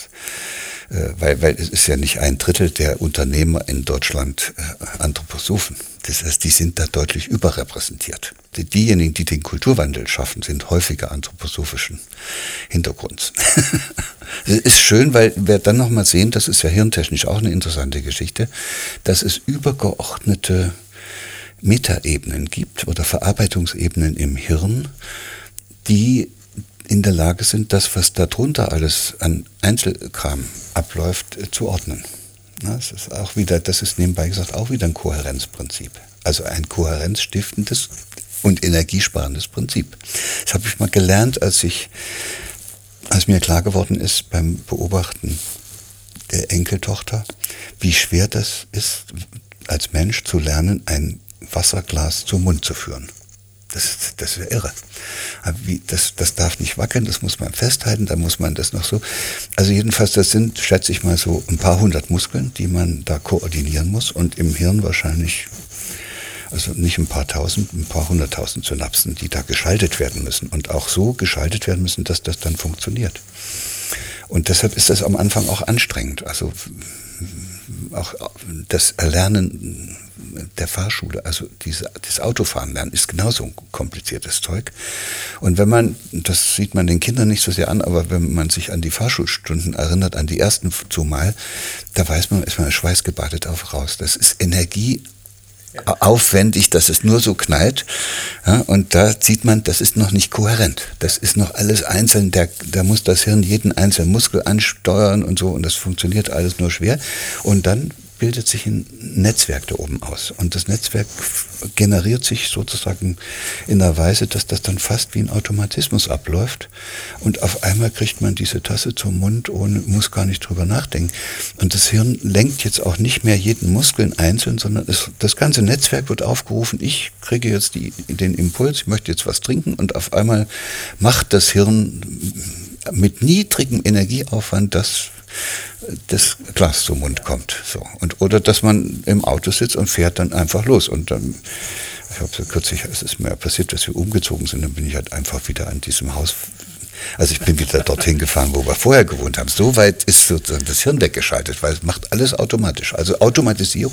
weil es ist ja nicht 1/3 der Unternehmer in Deutschland Anthroposophen. Das heißt, die sind da deutlich überrepräsentiert. Diejenigen, die den Kulturwandel schaffen, sind häufiger anthroposophischen Hintergrunds. Es ist schön, weil wir dann nochmal sehen, das ist ja hirntechnisch auch eine interessante Geschichte, dass es übergeordnete Metaebenen gibt oder Verarbeitungsebenen im Hirn, die in der Lage sind, das, was darunter alles an Einzelkram abläuft, zu ordnen. Das ist nebenbei gesagt auch wieder ein Kohärenzprinzip. Also ein kohärenzstiftendes und energiesparendes Prinzip. Das habe ich mal gelernt, als mir klar geworden ist beim Beobachten der Enkeltochter, wie schwer das ist, als Mensch zu lernen, ein Wasserglas zum Mund zu führen. Das wäre irre. Aber das darf nicht wackeln, das muss man festhalten, dann muss man das noch so. Also jedenfalls, das sind, schätze ich mal, so ein paar hundert Muskeln, die man da koordinieren muss und im Hirn wahrscheinlich, also nicht ein paar tausend, ein paar hunderttausend Synapsen, die da geschaltet werden müssen und auch so geschaltet werden müssen, dass das dann funktioniert. Und deshalb ist das am Anfang auch anstrengend. Also auch das Erlernen der Fahrschule, also das Autofahren lernen, ist genauso ein kompliziertes Zeug. Und wenn man, das sieht man den Kindern nicht so sehr an, aber wenn man sich an die Fahrschulstunden erinnert, an die ersten zumal, da weiß man, ist man schweißgebadet auf raus. Das ist Energie aufwendig, dass es nur so knallt. Ja, und da sieht man, das ist noch nicht kohärent. Das ist noch alles einzeln. Da muss das Hirn jeden einzelnen Muskel ansteuern und so. Und das funktioniert alles nur schwer. Und dann bildet sich ein Netzwerk da oben aus. Und das Netzwerk generiert sich sozusagen in einer Weise, dass das dann fast wie ein Automatismus abläuft. Und auf einmal kriegt man diese Tasse zum Mund und muss gar nicht drüber nachdenken. Und das Hirn lenkt jetzt auch nicht mehr jeden Muskeln einzeln, sondern das ganze Netzwerk wird aufgerufen. Ich kriege jetzt den Impuls, ich möchte jetzt was trinken. Und auf einmal macht das Hirn mit niedrigem Energieaufwand das Glas zum Mund kommt. So. Oder dass man im Auto sitzt und fährt dann einfach los. Und dann, ich habe so kürzlich, es ist mir passiert, dass wir umgezogen sind, dann bin ich halt einfach wieder an diesem Haus. Also ich bin wieder dorthin gefahren, wo wir vorher gewohnt haben. So weit ist sozusagen das Hirn weggeschaltet, weil es macht alles automatisch. Also Automatisierung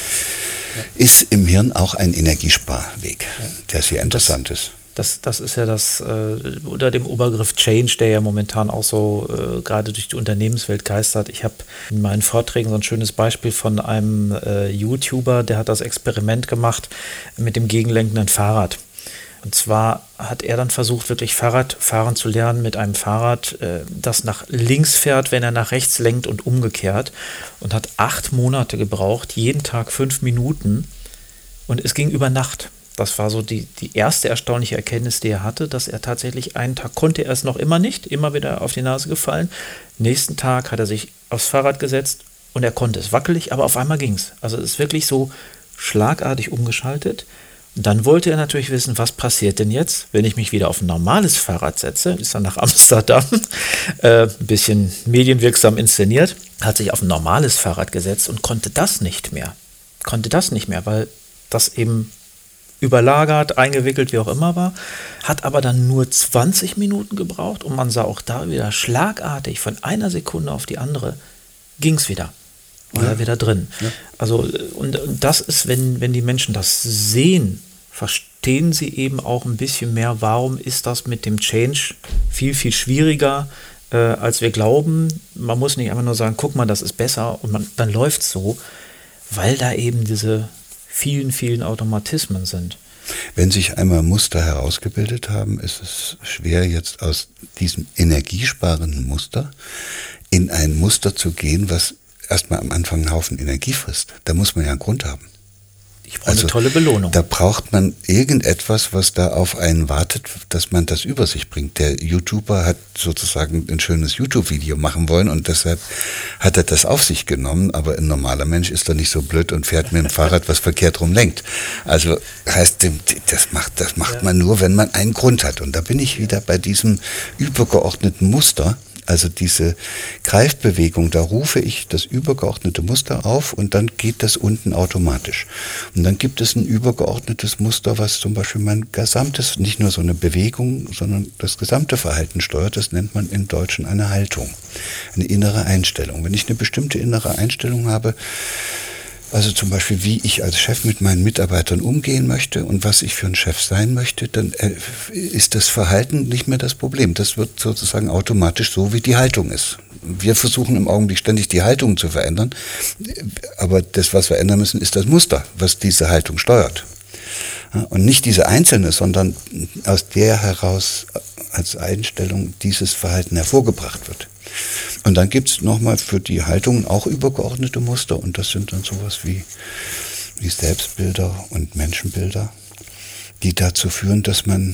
ist im Hirn auch ein Energiesparweg, der sehr interessant ist. Das ist ja das unter dem Oberbegriff Change, der ja momentan auch so gerade durch die Unternehmenswelt geistert. Ich habe in meinen Vorträgen so ein schönes Beispiel von einem YouTuber, der hat das Experiment gemacht mit dem gegenlenkenden Fahrrad. Und zwar hat er dann versucht, wirklich Fahrrad fahren zu lernen mit einem Fahrrad, das nach links fährt, wenn er nach rechts lenkt und umgekehrt. Und hat 8 Monate gebraucht, jeden Tag 5 Minuten. Und es ging über Nacht. Das war so die erste erstaunliche Erkenntnis, die er hatte, dass er tatsächlich einen Tag konnte er es noch immer nicht, immer wieder auf die Nase gefallen. Nächsten Tag hat er sich aufs Fahrrad gesetzt und er konnte es wackelig, aber auf einmal ging es. Also es ist wirklich so schlagartig umgeschaltet. Und dann wollte er natürlich wissen, was passiert denn jetzt, wenn ich mich wieder auf ein normales Fahrrad setze. Ist dann nach Amsterdam, ein bisschen medienwirksam inszeniert, hat sich auf ein normales Fahrrad gesetzt und konnte das nicht mehr, weil das eben überlagert, eingewickelt, wie auch immer war, hat aber dann nur 20 Minuten gebraucht und man sah auch da wieder schlagartig von einer Sekunde auf die andere ging es wieder. War er wieder drin. Ja. Also, und das ist, wenn die Menschen das sehen, verstehen sie eben auch ein bisschen mehr, warum ist das mit dem Change viel, viel schwieriger, als wir glauben. Man muss nicht einfach nur sagen, guck mal, das ist besser und dann läuft es so, weil da eben diese vielen, vielen Automatismen sind. Wenn sich einmal Muster herausgebildet haben, ist es schwer, jetzt aus diesem energiesparenden Muster in ein Muster zu gehen, was erstmal am Anfang einen Haufen Energie frisst. Da muss man ja einen Grund haben. Ich brauche eine tolle Belohnung. Da braucht man irgendetwas, was da auf einen wartet, dass man das über sich bringt. Der YouTuber hat sozusagen ein schönes YouTube-Video machen wollen und deshalb hat er das auf sich genommen, aber ein normaler Mensch ist doch nicht so blöd und fährt mit dem Fahrrad, was verkehrt rum lenkt. Also heißt, das macht man nur, wenn man einen Grund hat. Und da bin ich wieder bei diesem übergeordneten Muster. Also diese Greifbewegung, da rufe ich das übergeordnete Muster auf und dann geht das unten automatisch. Und dann gibt es ein übergeordnetes Muster, was zum Beispiel mein gesamtes, nicht nur so eine Bewegung, sondern das gesamte Verhalten steuert. Das nennt man im Deutschen eine Haltung, eine innere Einstellung. Wenn ich eine bestimmte innere Einstellung habe, also zum Beispiel, wie ich als Chef mit meinen Mitarbeitern umgehen möchte und was ich für ein Chef sein möchte, dann ist das Verhalten nicht mehr das Problem. Das wird sozusagen automatisch so, wie die Haltung ist. Wir versuchen im Augenblick ständig die Haltung zu verändern, aber das, was wir ändern müssen, ist das Muster, was diese Haltung steuert. Und nicht diese einzelne, sondern aus der heraus als Einstellung dieses Verhalten hervorgebracht wird. Und dann gibt es nochmal für die Haltungen auch übergeordnete Muster und das sind dann sowas wie Selbstbilder und Menschenbilder, die dazu führen, dass man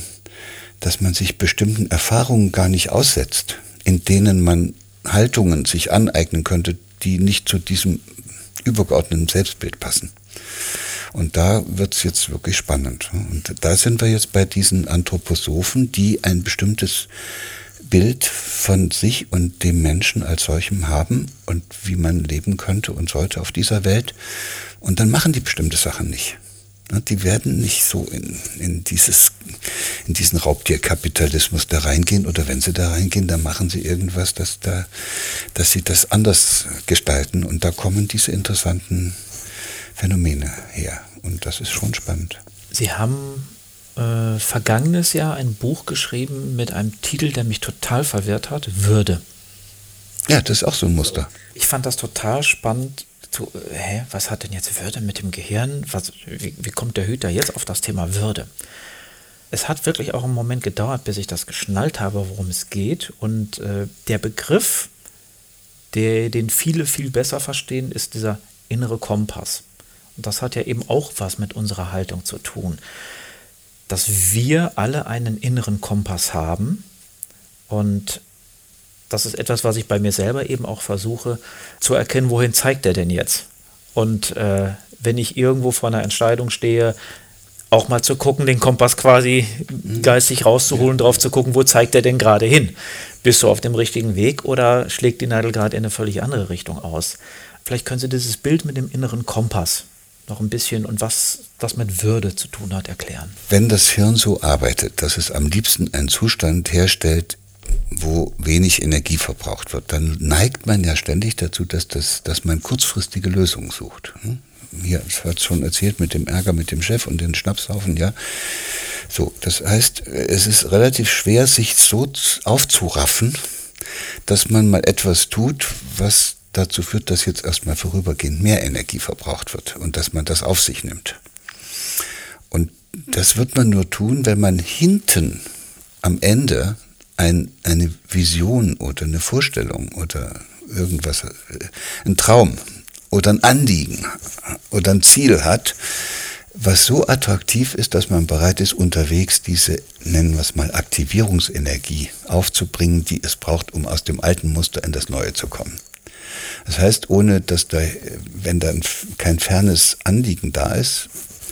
sich bestimmten Erfahrungen gar nicht aussetzt, in denen man Haltungen sich aneignen könnte, die nicht zu diesem übergeordneten Selbstbild passen. Und da wird es jetzt wirklich spannend. Und da sind wir jetzt bei diesen Anthroposophen, die ein bestimmtes Bild von sich und dem Menschen als solchem haben und wie man leben könnte und sollte auf dieser Welt. Und dann machen die bestimmte Sachen nicht. Die werden nicht so in diesen Raubtierkapitalismus da reingehen, oder wenn sie da reingehen, dann machen sie irgendwas, dass sie das anders gestalten, und da kommen diese interessanten Phänomene her, und das ist schon spannend. Sie haben vergangenes Jahr ein Buch geschrieben mit einem Titel, der mich total verwirrt hat, Würde. Ja, das ist auch so ein Muster. Ich fand das total spannend. Was hat denn jetzt Würde mit dem Gehirn? Wie kommt der Hüter jetzt auf das Thema Würde? Es hat wirklich auch einen Moment gedauert, bis ich das geschnallt habe, worum es geht. Und der Begriff, den viele viel besser verstehen, ist dieser innere Kompass. Und das hat ja eben auch was mit unserer Haltung zu tun. Dass wir alle einen inneren Kompass haben, und das ist etwas, was ich bei mir selber eben auch versuche zu erkennen, wohin zeigt der denn jetzt? Und wenn ich irgendwo vor einer Entscheidung stehe, auch mal zu gucken, den Kompass quasi geistig rauszuholen, drauf zu gucken, wo zeigt der denn gerade hin? Bist du auf dem richtigen Weg oder schlägt die Nadel gerade in eine völlig andere Richtung aus? Vielleicht können Sie dieses Bild mit dem inneren Kompass noch ein bisschen und was das mit Würde zu tun hat, erklären. Wenn das Hirn so arbeitet, dass es am liebsten einen Zustand herstellt, wo wenig Energie verbraucht wird, dann neigt man ja ständig dazu, dass man kurzfristige Lösungen sucht. Hier, das hat es schon erzählt mit dem Ärger mit dem Chef und den Schnapshaufen, ja. So, das heißt, es ist relativ schwer, sich so aufzuraffen, dass man mal etwas tut, was dazu führt, dass jetzt erstmal vorübergehend mehr Energie verbraucht wird und dass man das auf sich nimmt. Und das wird man nur tun, wenn man hinten am Ende eine Vision oder eine Vorstellung oder irgendwas, ein Traum oder ein Anliegen oder ein Ziel hat, was so attraktiv ist, dass man bereit ist, unterwegs diese, nennen wir es mal, Aktivierungsenergie aufzubringen, die es braucht, um aus dem alten Muster in das Neue zu kommen. Das heißt, ohne dass wenn da kein fernes Anliegen da ist,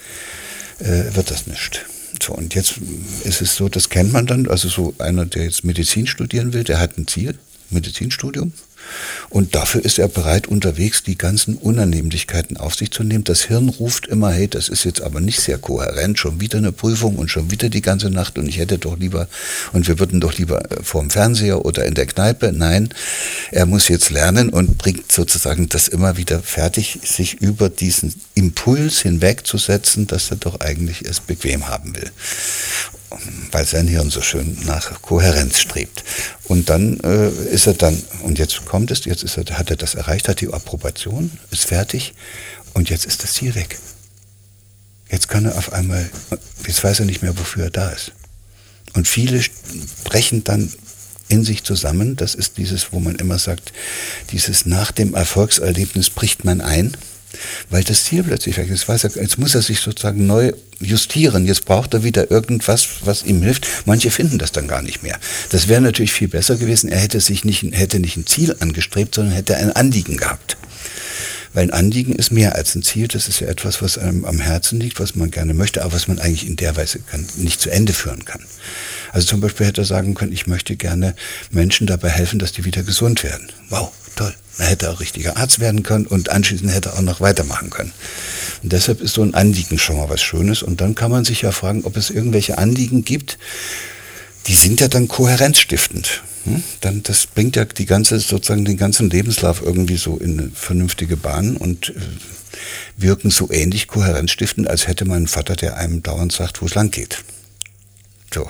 wird das nicht. So, und jetzt ist es so, das kennt man dann, also so einer, der jetzt Medizin studieren will, der hat ein Ziel, Medizinstudium, und dafür ist er bereit, unterwegs die ganzen Unannehmlichkeiten auf sich zu nehmen. Das Hirn ruft immer, hey, das ist jetzt aber nicht sehr kohärent, schon wieder eine Prüfung und schon wieder die ganze Nacht und ich hätte doch lieber, und wir würden doch lieber vorm Fernseher oder in der Kneipe. Nein, er muss jetzt lernen und bringt sozusagen das immer wieder fertig, sich über diesen Impuls hinwegzusetzen, dass er doch eigentlich es bequem haben will, weil sein Hirn so schön nach Kohärenz strebt. Und dann ist er dann, und jetzt kommt es, hat er das erreicht, hat die Approbation, ist fertig, und jetzt ist das Ziel weg. Jetzt kann er auf einmal, jetzt weiß er nicht mehr, wofür er da ist. Und viele brechen dann in sich zusammen, das ist dieses, wo man immer sagt, dieses nach dem Erfolgserlebnis bricht man ein, weil das Ziel plötzlich weg ist. Jetzt muss er sich sozusagen neu justieren. Jetzt braucht er wieder irgendwas, was ihm hilft. Manche finden das dann gar nicht mehr. Das wäre natürlich viel besser gewesen. Er hätte nicht ein Ziel angestrebt, sondern hätte ein Anliegen gehabt. Weil ein Anliegen ist mehr als ein Ziel. Das ist ja etwas, was einem am Herzen liegt, was man gerne möchte, aber was man eigentlich in der Weise nicht zu Ende führen kann. Also zum Beispiel hätte er sagen können, ich möchte gerne Menschen dabei helfen, dass die wieder gesund werden. Wow, toll. Er hätte auch richtiger Arzt werden können und anschließend hätte er auch noch weitermachen können. Und deshalb ist so ein Anliegen schon mal was Schönes. Und dann kann man sich ja fragen, ob es irgendwelche Anliegen gibt, die sind ja dann kohärenzstiftend. Dann, das bringt ja sozusagen den ganzen Lebenslauf irgendwie so in eine vernünftige Bahn und wirken so ähnlich kohärenzstiftend, als hätte man einen Vater, der einem dauernd sagt, wo es lang geht. So,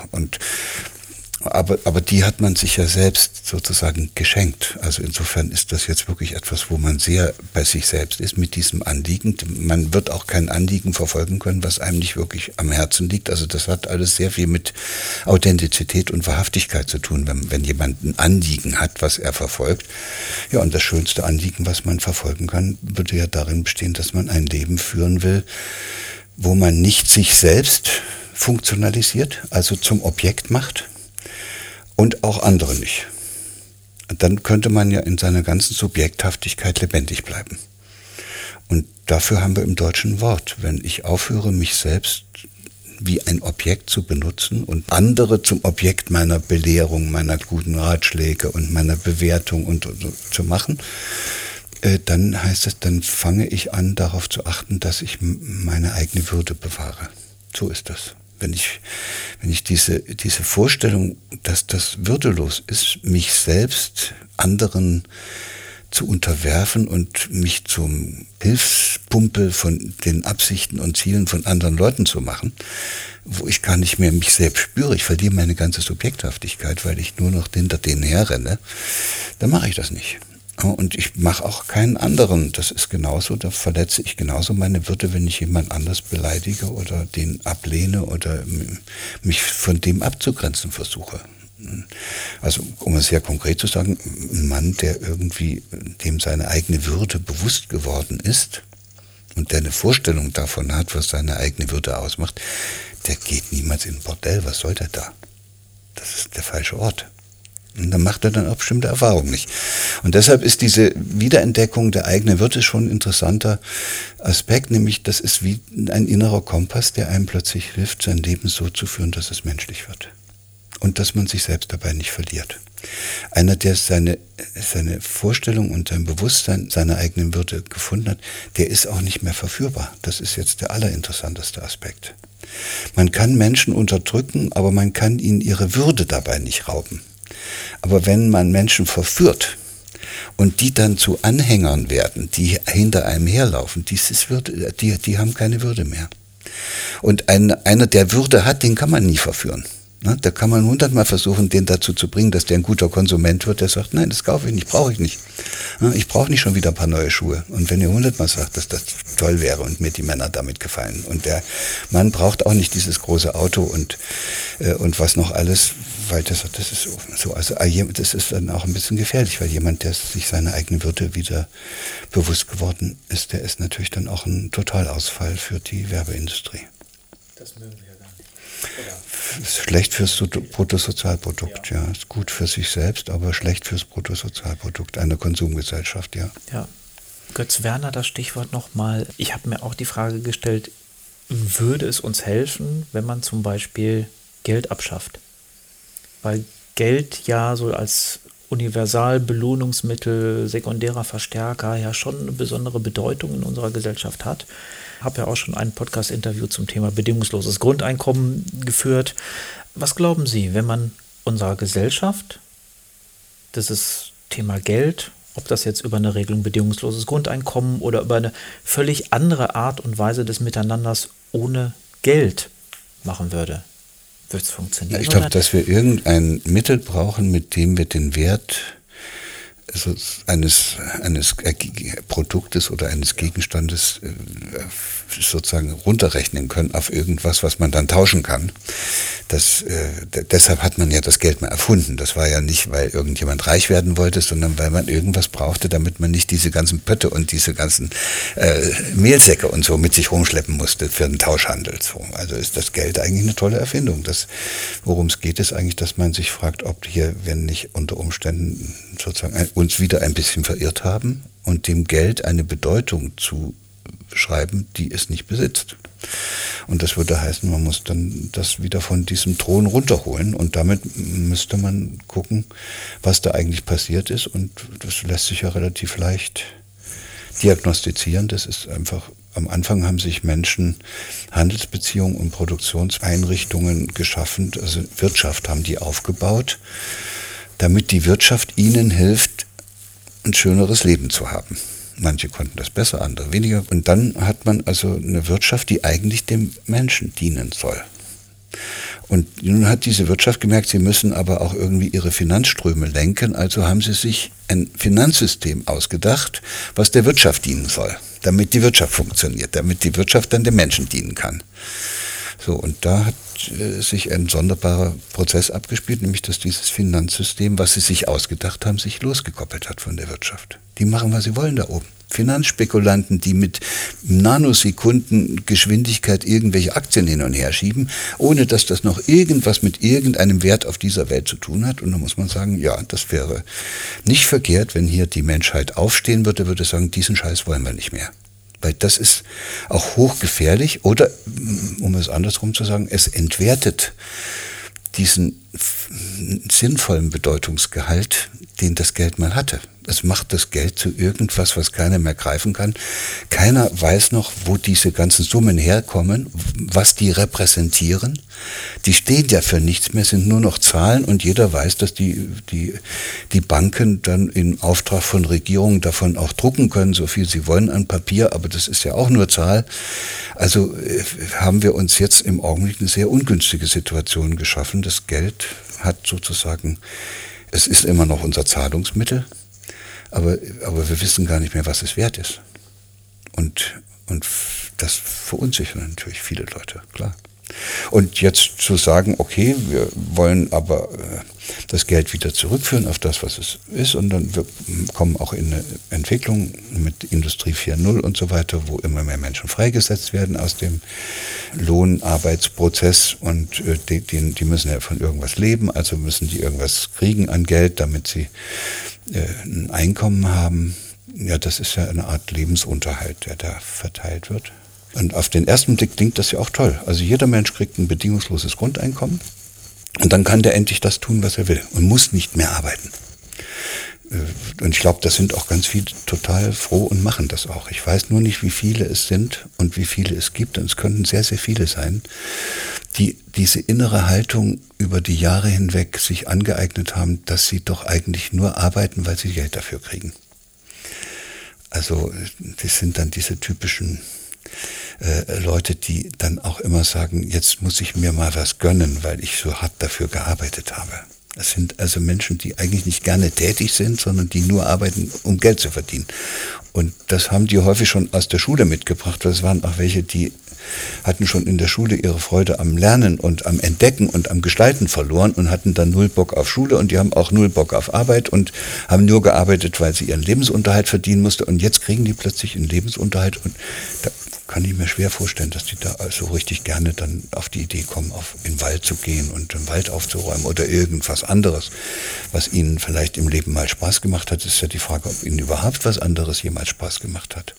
aber die hat man sich ja selbst sozusagen geschenkt. Also insofern ist das jetzt wirklich etwas, wo man sehr bei sich selbst ist mit diesem Anliegen. Man wird auch kein Anliegen verfolgen können, was einem nicht wirklich am Herzen liegt. Also das hat alles sehr viel mit Authentizität und Wahrhaftigkeit zu tun, wenn jemand ein Anliegen hat, was er verfolgt. Ja, und das schönste Anliegen, was man verfolgen kann, würde ja darin bestehen, dass man ein Leben führen will, wo man nicht sich selbst funktionalisiert, also zum Objekt macht, und auch andere nicht. Und dann könnte man ja in seiner ganzen Subjekthaftigkeit lebendig bleiben. Und dafür haben wir im Deutschen ein Wort. Wenn ich aufhöre, mich selbst wie ein Objekt zu benutzen und andere zum Objekt meiner Belehrung, meiner guten Ratschläge und meiner Bewertung und zu machen, dann heißt es, dann fange ich an, darauf zu achten, dass ich meine eigene Würde bewahre. So ist das. Wenn ich diese Vorstellung, dass das würdelos ist, mich selbst anderen zu unterwerfen und mich zum Hilfspumpel von den Absichten und Zielen von anderen Leuten zu machen, wo ich gar nicht mehr mich selbst spüre, ich verliere meine ganze Subjekthaftigkeit, weil ich nur noch hinter denen herrenne, dann mache ich das nicht. Und ich mache auch keinen anderen. Das ist genauso, da verletze ich genauso meine Würde, wenn ich jemand anders beleidige oder den ablehne oder mich von dem abzugrenzen versuche. Also, um es sehr konkret zu sagen, ein Mann, der irgendwie dem seine eigene Würde bewusst geworden ist und der eine Vorstellung davon hat, was seine eigene Würde ausmacht, der geht niemals in ein Bordell. Was soll der da? Das ist der falsche Ort. Und dann macht er dann auch bestimmte Erfahrungen nicht. Und deshalb ist diese Wiederentdeckung der eigenen Würde schon ein interessanter Aspekt, nämlich das ist wie ein innerer Kompass, der einem plötzlich hilft, sein Leben so zu führen, dass es menschlich wird. Und dass man sich selbst dabei nicht verliert. Einer, der seine Vorstellung und sein Bewusstsein seiner eigenen Würde gefunden hat, der ist auch nicht mehr verführbar. Das ist jetzt der allerinteressanteste Aspekt. Man kann Menschen unterdrücken, aber man kann ihnen ihre Würde dabei nicht rauben. Aber wenn man Menschen verführt und die dann zu Anhängern werden, die hinter einem herlaufen, die haben keine Würde mehr. Und einer, der Würde hat, den kann man nie verführen. Da kann man 100-mal versuchen, den dazu zu bringen, dass der ein guter Konsument wird, der sagt, nein, das kaufe ich nicht, brauche ich nicht. Ich brauche nicht schon wieder ein paar neue Schuhe. Und wenn ihr 100-mal sagt, dass das toll wäre und mir die Männer damit gefallen. Und der Mann braucht auch nicht dieses große Auto und was noch alles, weil das ist so, also das ist dann auch ein bisschen gefährlich, weil jemand, der sich seine eigene Würde wieder bewusst geworden ist, der ist natürlich dann auch ein Totalausfall für die Werbeindustrie. Das mögen wir ja gar nicht. Oder? Ist schlecht fürs Bruttosozialprodukt, ja. Ist gut für sich selbst, aber schlecht fürs Bruttosozialprodukt einer Konsumgesellschaft, ja. Ja. Götz Werner, das Stichwort nochmal. Ich habe mir auch die Frage gestellt, würde es uns helfen, wenn man zum Beispiel Geld abschafft? Weil Geld ja so als Universalbelohnungsmittel, sekundärer Verstärker ja schon eine besondere Bedeutung in unserer Gesellschaft hat. Ich habe ja auch schon ein Podcast-Interview zum Thema bedingungsloses Grundeinkommen geführt. Was glauben Sie, wenn man unserer Gesellschaft dieses Thema Geld, ob das jetzt über eine Regelung bedingungsloses Grundeinkommen oder über eine völlig andere Art und Weise des Miteinanders ohne Geld machen würde? Wird es funktionieren? Ich glaube, dass wir irgendein Mittel brauchen, mit dem wir den Wert eines Produktes oder eines Gegenstandes sozusagen runterrechnen können auf irgendwas, was man dann tauschen kann. Deshalb hat man ja das Geld mal erfunden. Das war ja nicht, weil irgendjemand reich werden wollte, sondern weil man irgendwas brauchte, damit man nicht diese ganzen Pötte und diese ganzen Mehlsäcke und so mit sich rumschleppen musste für den Tauschhandel. So. Also ist das Geld eigentlich eine tolle Erfindung. Worum es geht, ist eigentlich, dass man sich fragt, ob hier, wenn nicht unter Umständen sozusagen uns wieder ein bisschen verirrt haben und dem Geld eine Bedeutung zu schreiben, die es nicht besitzt. Und das würde heißen, man muss dann das wieder von diesem Thron runterholen und damit müsste man gucken, was da eigentlich passiert ist und das lässt sich ja relativ leicht diagnostizieren. Das ist einfach, am Anfang haben sich Menschen Handelsbeziehungen und Produktionseinrichtungen geschaffen, also Wirtschaft haben die aufgebaut, damit die Wirtschaft ihnen hilft, ein schöneres Leben zu haben. Manche konnten das besser, andere weniger. Und dann hat man also eine Wirtschaft, die eigentlich dem Menschen dienen soll. Und nun hat diese Wirtschaft gemerkt, sie müssen aber auch irgendwie ihre Finanzströme lenken. Also haben sie sich ein Finanzsystem ausgedacht, was der Wirtschaft dienen soll, damit die Wirtschaft funktioniert, damit die Wirtschaft dann dem Menschen dienen kann. So, und da hat sich ein sonderbarer Prozess abgespielt, nämlich dass dieses Finanzsystem, was sie sich ausgedacht haben, sich losgekoppelt hat von der Wirtschaft. Die machen, was sie wollen da oben. Finanzspekulanten, die mit Nanosekundengeschwindigkeit irgendwelche Aktien hin und her schieben, ohne dass das noch irgendwas mit irgendeinem Wert auf dieser Welt zu tun hat. Und da muss man sagen, ja, das wäre nicht verkehrt, wenn hier die Menschheit aufstehen würde sagen, diesen Scheiß wollen wir nicht mehr. Weil das ist auch hochgefährlich oder, um es andersrum zu sagen, es entwertet diesen sinnvollen Bedeutungsgehalt, den das Geld mal hatte. Es macht das Geld zu irgendwas, was keiner mehr greifen kann. Keiner weiß noch, wo diese ganzen Summen herkommen, was die repräsentieren. Die stehen ja für nichts mehr, sind nur noch Zahlen und jeder weiß, dass die Banken dann in Auftrag von Regierungen davon auch drucken können, so viel sie wollen an Papier, aber das ist ja auch nur Zahl. Also haben wir uns jetzt im Augenblick eine sehr ungünstige Situation geschaffen. Das Geld hat sozusagen, es ist immer noch unser Zahlungsmittel, aber wir wissen gar nicht mehr, was es wert ist. Und das verunsichert natürlich viele Leute, klar. Und jetzt zu sagen, okay, wir wollen aber das Geld wieder zurückführen auf das, was es ist, und dann wir kommen auch in eine Entwicklung mit Industrie 4.0 und so weiter, wo immer mehr Menschen freigesetzt werden aus dem Lohnarbeitsprozess und die müssen ja von irgendwas leben, also müssen die irgendwas kriegen an Geld, damit sie ein Einkommen haben. Ja, das ist ja eine Art Lebensunterhalt, der da verteilt wird. Und auf den ersten Blick klingt das ja auch toll. Also jeder Mensch kriegt ein bedingungsloses Grundeinkommen und dann kann der endlich das tun, was er will und muss nicht mehr arbeiten. Und ich glaube, da sind auch ganz viele total froh und machen das auch. Ich weiß nur nicht, wie viele es sind und wie viele es gibt. Und es könnten sehr, sehr viele sein, die diese innere Haltung über die Jahre hinweg sich angeeignet haben, dass sie doch eigentlich nur arbeiten, weil sie Geld dafür kriegen. Also das sind dann diese typischen Leute, die dann auch immer sagen, jetzt muss ich mir mal was gönnen, weil ich so hart dafür gearbeitet habe. Das sind also Menschen, die eigentlich nicht gerne tätig sind, sondern die nur arbeiten, um Geld zu verdienen. Und das haben die häufig schon aus der Schule mitgebracht. Das waren auch welche, die hatten schon in der Schule ihre Freude am Lernen und am Entdecken und am Gestalten verloren und hatten dann null Bock auf Schule und die haben auch null Bock auf Arbeit und haben nur gearbeitet, weil sie ihren Lebensunterhalt verdienen mussten. Und jetzt kriegen die plötzlich einen Lebensunterhalt und da kann ich mir schwer vorstellen, dass die da also richtig gerne dann auf die Idee kommen, in den Wald zu gehen und den Wald aufzuräumen oder irgendwas anderes, was ihnen vielleicht im Leben mal Spaß gemacht hat. Ist ja die Frage, ob ihnen überhaupt was anderes jemals Spaß gemacht hat.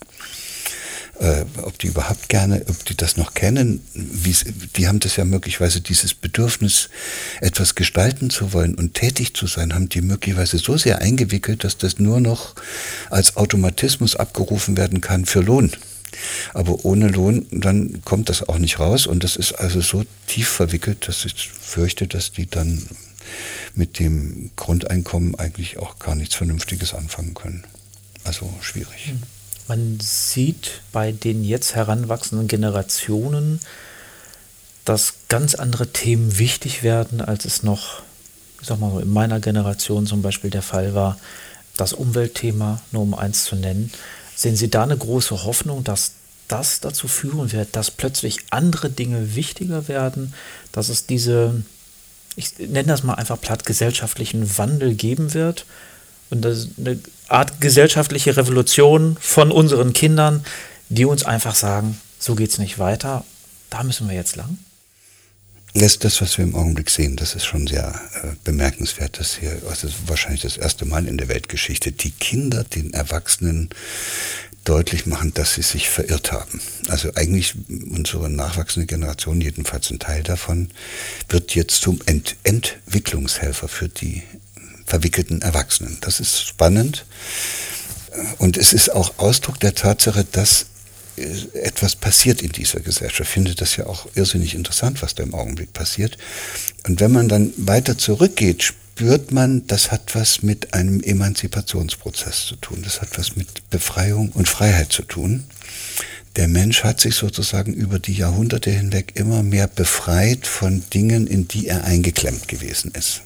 Ob die überhaupt gerne, ob die das noch kennen, die haben das ja möglicherweise, dieses Bedürfnis, etwas gestalten zu wollen und tätig zu sein, haben die möglicherweise so sehr eingewickelt, dass das nur noch als Automatismus abgerufen werden kann für Lohn. Aber ohne Lohn, dann kommt das auch nicht raus und das ist also so tief verwickelt, dass ich fürchte, dass die dann mit dem Grundeinkommen eigentlich auch gar nichts Vernünftiges anfangen können. Also schwierig. Man sieht bei den jetzt heranwachsenden Generationen, dass ganz andere Themen wichtig werden, als es noch, ich sag mal so, in meiner Generation zum Beispiel der Fall war. Das Umweltthema, nur um eins zu nennen. Sehen Sie da eine große Hoffnung, dass das dazu führen wird, dass plötzlich andere Dinge wichtiger werden, dass es diese, ich nenne das mal einfach platt, gesellschaftlichen Wandel geben wird und das eine Art gesellschaftliche Revolution von unseren Kindern, die uns einfach sagen, so geht's nicht weiter, da müssen wir jetzt lang? Das, was wir im Augenblick sehen, das ist schon sehr bemerkenswert, dass hier, also wahrscheinlich das erste Mal in der Weltgeschichte, die Kinder den Erwachsenen deutlich machen, dass sie sich veirrt haben. Also eigentlich unsere nachwachsende Generation, jedenfalls ein Teil davon, wird jetzt zum Entwicklungshelfer für die verwickelten Erwachsenen. Das ist spannend und es ist auch Ausdruck der Tatsache, dass etwas passiert in dieser Gesellschaft. Ich finde das ja auch irrsinnig interessant, was da im Augenblick passiert. Und wenn man dann weiter zurückgeht, spürt man, das hat was mit einem Emanzipationsprozess zu tun. Das hat was mit Befreiung und Freiheit zu tun. Der Mensch hat sich sozusagen über die Jahrhunderte hinweg immer mehr befreit von Dingen, in die er eingeklemmt gewesen ist.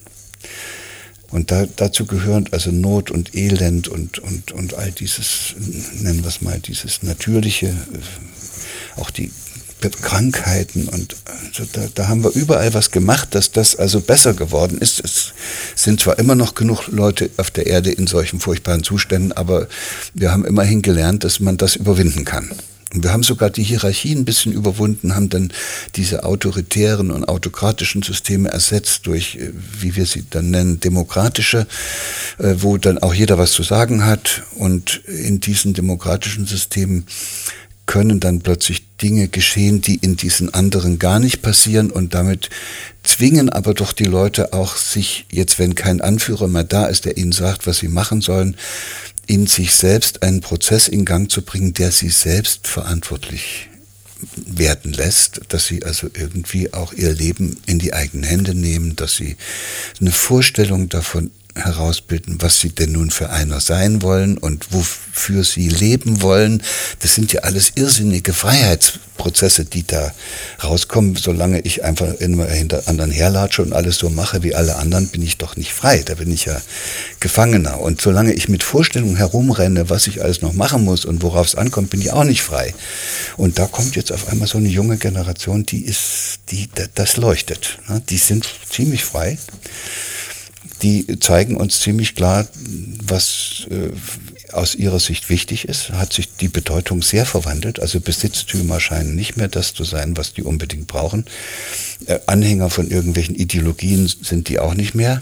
Und dazu gehören also Not und Elend und all dieses, nennen wir es mal, dieses Natürliche, auch die Krankheiten und also da haben wir überall was gemacht, dass das also besser geworden ist. Es sind zwar immer noch genug Leute auf der Erde in solchen furchtbaren Zuständen, aber wir haben immerhin gelernt, dass man das überwinden kann. Und wir haben sogar die Hierarchien ein bisschen überwunden, haben dann diese autoritären und autokratischen Systeme ersetzt durch, wie wir sie dann nennen, demokratische, wo dann auch jeder was zu sagen hat. Und in diesen demokratischen Systemen können dann plötzlich Dinge geschehen, die in diesen anderen gar nicht passieren und damit zwingen aber doch die Leute auch sich, jetzt wenn kein Anführer mehr da ist, der ihnen sagt, was sie machen sollen, in sich selbst einen Prozess in Gang zu bringen, der sie selbst verantwortlich werden lässt, dass sie also irgendwie auch ihr Leben in die eigenen Hände nehmen, dass sie eine Vorstellung davon herausbilden, was sie denn nun für einer sein wollen und wofür sie leben wollen. Das sind ja alles irrsinnige Freiheitsprozesse, die da rauskommen. Solange ich einfach immer hinter anderen herlatsche und alles so mache wie alle anderen, bin ich doch nicht frei. Da bin ich ja Gefangener. Und solange ich mit Vorstellungen herumrenne, was ich alles noch machen muss und worauf es ankommt, bin ich auch nicht frei. Und da kommt jetzt auf einmal so eine junge Generation, das leuchtet. Die sind ziemlich frei. Die zeigen uns ziemlich klar, was aus ihrer Sicht wichtig ist. Hat sich die Bedeutung sehr verwandelt. Also Besitztümer scheinen nicht mehr das zu sein, was die unbedingt brauchen. Anhänger von irgendwelchen Ideologien sind die auch nicht mehr.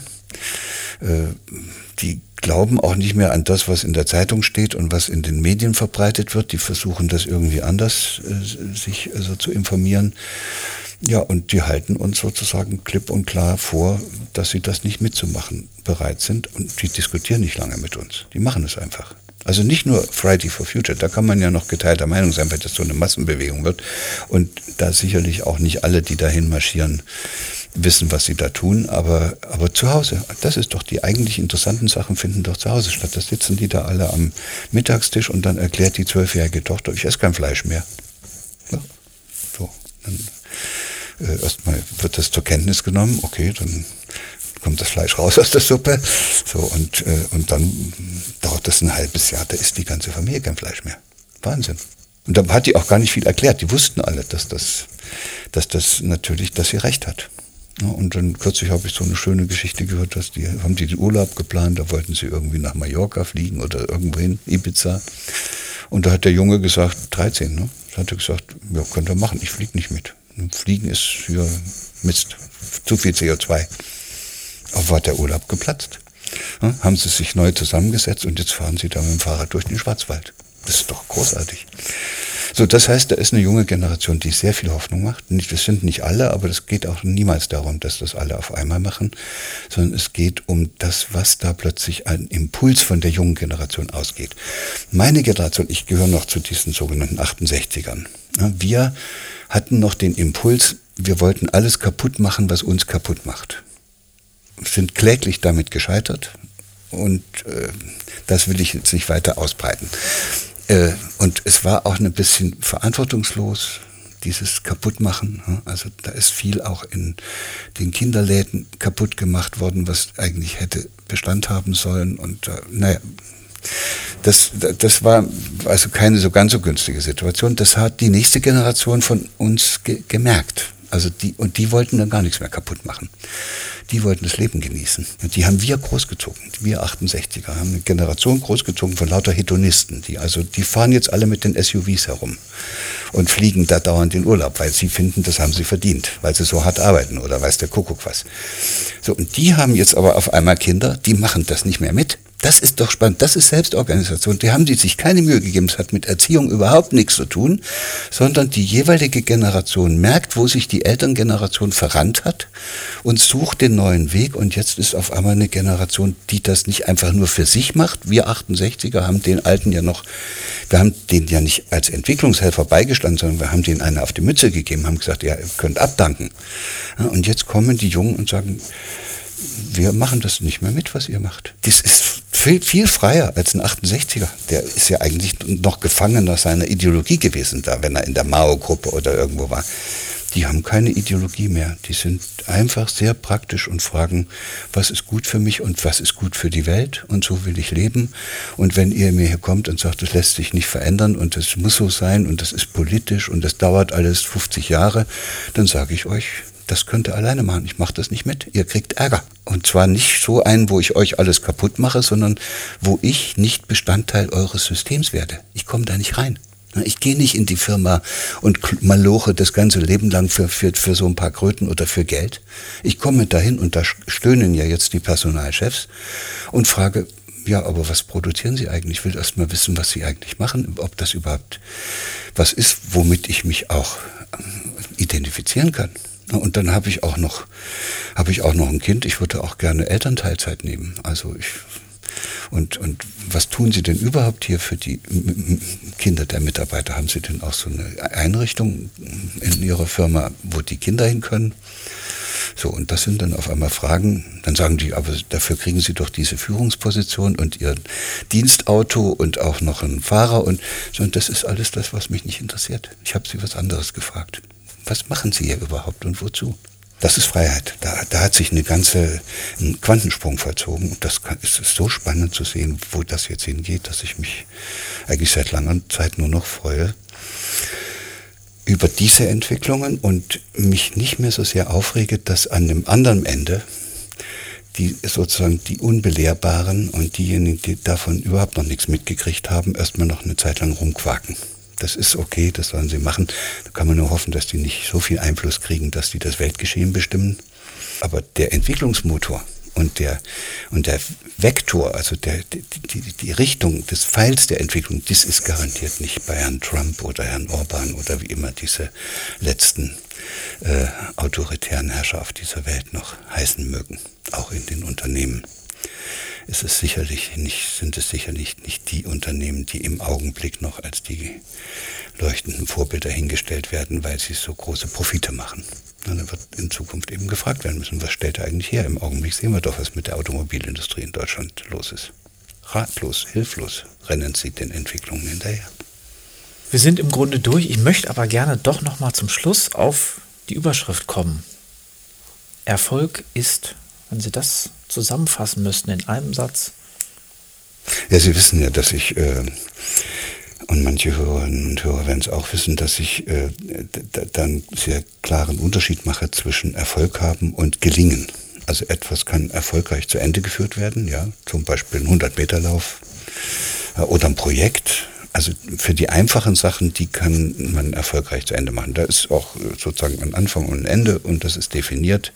Die glauben auch nicht mehr an das, was in der Zeitung steht und was in den Medien verbreitet wird. Die versuchen das irgendwie anders sich also zu informieren. Ja, und die halten uns sozusagen klipp und klar vor, dass sie das nicht mitzumachen bereit sind. Und die diskutieren nicht lange mit uns. Die machen es einfach. Also nicht nur Friday for Future, da kann man ja noch geteilter Meinung sein, weil das so eine Massenbewegung wird. Und da sicherlich auch nicht alle, die dahin marschieren, wissen, was sie da tun. Aber zu Hause, das ist doch die eigentlich interessanten Sachen, finden doch zu Hause statt. Da sitzen die da alle am Mittagstisch und dann erklärt die 12-jährige Tochter, ich esse kein Fleisch mehr. Ja, so, dann erstmal wird das zur Kenntnis genommen, okay, dann kommt das Fleisch raus aus der Suppe, so und dann dauert das ein halbes Jahr, da isst die ganze Familie kein Fleisch mehr. Wahnsinn. Und da hat die auch gar nicht viel erklärt, die wussten alle, dass sie recht hat. Ja, und dann kürzlich habe ich so eine schöne Geschichte gehört, haben die den Urlaub geplant, da wollten sie irgendwie nach Mallorca fliegen oder irgendwo hin, Ibiza. Und da hat der Junge gesagt, 13, ne? Da hat er gesagt, ja, könnt ihr machen, ich fliege nicht mit. Fliegen ist für Mist, zu viel CO2. Aber hat der Urlaub geplatzt. Ja, haben sie sich neu zusammengesetzt und jetzt fahren sie da mit dem Fahrrad durch den Schwarzwald. Das ist doch großartig. So, das heißt, da ist eine junge Generation, die sehr viel Hoffnung macht. Das sind nicht alle, aber es geht auch niemals darum, dass das alle auf einmal machen, sondern es geht um das, was da plötzlich ein Impuls von der jungen Generation ausgeht. Meine Generation, ich gehöre noch zu diesen sogenannten 68ern. Ja, wir hatten noch den Impuls, wir wollten alles kaputt machen, was uns kaputt macht. Sind kläglich damit gescheitert und das will ich jetzt nicht weiter ausbreiten. Und es war auch ein bisschen verantwortungslos, dieses Kaputtmachen. Also da ist viel auch in den Kinderläden kaputt gemacht worden, was eigentlich hätte Bestand haben sollen. Und das war also keine so ganz so günstige Situation. Das hat die nächste Generation von uns gemerkt. Also die wollten dann gar nichts mehr kaputt machen. Die wollten das Leben genießen. Und die haben wir großgezogen. Wir 68er haben eine Generation großgezogen von lauter Hedonisten. Die fahren jetzt alle mit den SUVs herum und fliegen da dauernd in Urlaub, weil sie finden, das haben sie verdient, weil sie so hart arbeiten oder weiß der Kuckuck was. So, und die haben jetzt aber auf einmal Kinder, die machen das nicht mehr mit. Das ist doch spannend, das ist Selbstorganisation. Die haben sich keine Mühe gegeben, das hat mit Erziehung überhaupt nichts zu tun, sondern die jeweilige Generation merkt, wo sich die Elterngeneration verrannt hat und sucht den neuen Weg. Und jetzt ist auf einmal eine Generation, die das nicht einfach nur für sich macht. Wir 68er haben den Alten ja noch, wir haben denen ja nicht als Entwicklungshelfer beigestanden, sondern wir haben denen eine auf die Mütze gegeben, haben gesagt, ja, ihr könnt abdanken. Ja, und jetzt kommen die Jungen und sagen, wir machen das nicht mehr mit, was ihr macht. Das ist viel freier als ein 68er. Der ist ja eigentlich noch Gefangener seiner Ideologie gewesen, da, wenn er in der Mao-Gruppe oder irgendwo war. Die haben keine Ideologie mehr. Die sind einfach sehr praktisch und fragen, was ist gut für mich und was ist gut für die Welt und so will ich leben. Und wenn ihr mir hier kommt und sagt, das lässt sich nicht verändern und das muss so sein und das ist politisch und das dauert alles 50 Jahre, dann sage ich euch, das könnt ihr alleine machen. Ich mache das nicht mit. Ihr kriegt Ärger. Und zwar nicht so einen, wo ich euch alles kaputt mache, sondern wo ich nicht Bestandteil eures Systems werde. Ich komme da nicht rein. Ich gehe nicht in die Firma und maloche das ganze Leben lang für so ein paar Kröten oder für Geld. Ich komme dahin und da stöhnen ja jetzt die Personalchefs und frage, ja, aber was produzieren Sie eigentlich? Ich will erst mal wissen, was Sie eigentlich machen, ob das überhaupt was ist, womit ich mich auch identifizieren kann. Und dann habe ich auch noch ein Kind. Ich würde auch gerne Elternteilzeit nehmen. Also und was tun Sie denn überhaupt hier für die Kinder der Mitarbeiter? Haben Sie denn auch so eine Einrichtung in Ihrer Firma, wo die Kinder hin können? So, und das sind dann auf einmal Fragen, dann sagen die, aber dafür kriegen Sie doch diese Führungsposition und Ihr Dienstauto und auch noch einen Fahrer und so, und das ist alles das, was mich nicht interessiert. Ich habe Sie was anderes gefragt. Was machen Sie hier überhaupt und wozu? Das ist Freiheit. Da hat sich ein Quantensprung vollzogen. Und es ist so spannend zu sehen, wo das jetzt hingeht, dass ich mich eigentlich seit langer Zeit nur noch freue über diese Entwicklungen und mich nicht mehr so sehr aufrege, dass an dem anderen Ende die Unbelehrbaren und diejenigen, die davon überhaupt noch nichts mitgekriegt haben, erstmal noch eine Zeit lang rumquaken. Das ist okay, das sollen sie machen. Da kann man nur hoffen, dass die nicht so viel Einfluss kriegen, dass die das Weltgeschehen bestimmen. Aber der Entwicklungsmotor und der Vektor, also die Richtung des Pfeils der Entwicklung, das ist garantiert nicht bei Herrn Trump oder Herrn Orban oder wie immer diese letzten autoritären Herrscher auf dieser Welt noch heißen mögen, auch in den Unternehmen. Sind es sicherlich nicht die Unternehmen, die im Augenblick noch als die leuchtenden Vorbilder hingestellt werden, weil sie so große Profite machen. Und dann wird in Zukunft eben gefragt werden müssen, was stellt er eigentlich her? Im Augenblick sehen wir doch, was mit der Automobilindustrie in Deutschland los ist. Ratlos, hilflos rennen sie den Entwicklungen hinterher. Wir sind im Grunde durch. Ich möchte aber gerne doch noch mal zum Schluss auf die Überschrift kommen. Erfolg ist, wenn Sie das zusammenfassen müssten in einem Satz. Ja, Sie wissen ja, dass ich, und manche Hörerinnen und Hörer werden es auch wissen, dass ich dann sehr klaren Unterschied mache zwischen Erfolg haben und Gelingen. Also etwas kann erfolgreich zu Ende geführt werden, ja, zum Beispiel ein 100-Meter-Lauf oder ein Projekt. Also für die einfachen Sachen, die kann man erfolgreich zu Ende machen. Da ist auch sozusagen ein Anfang und ein Ende und das ist definiert.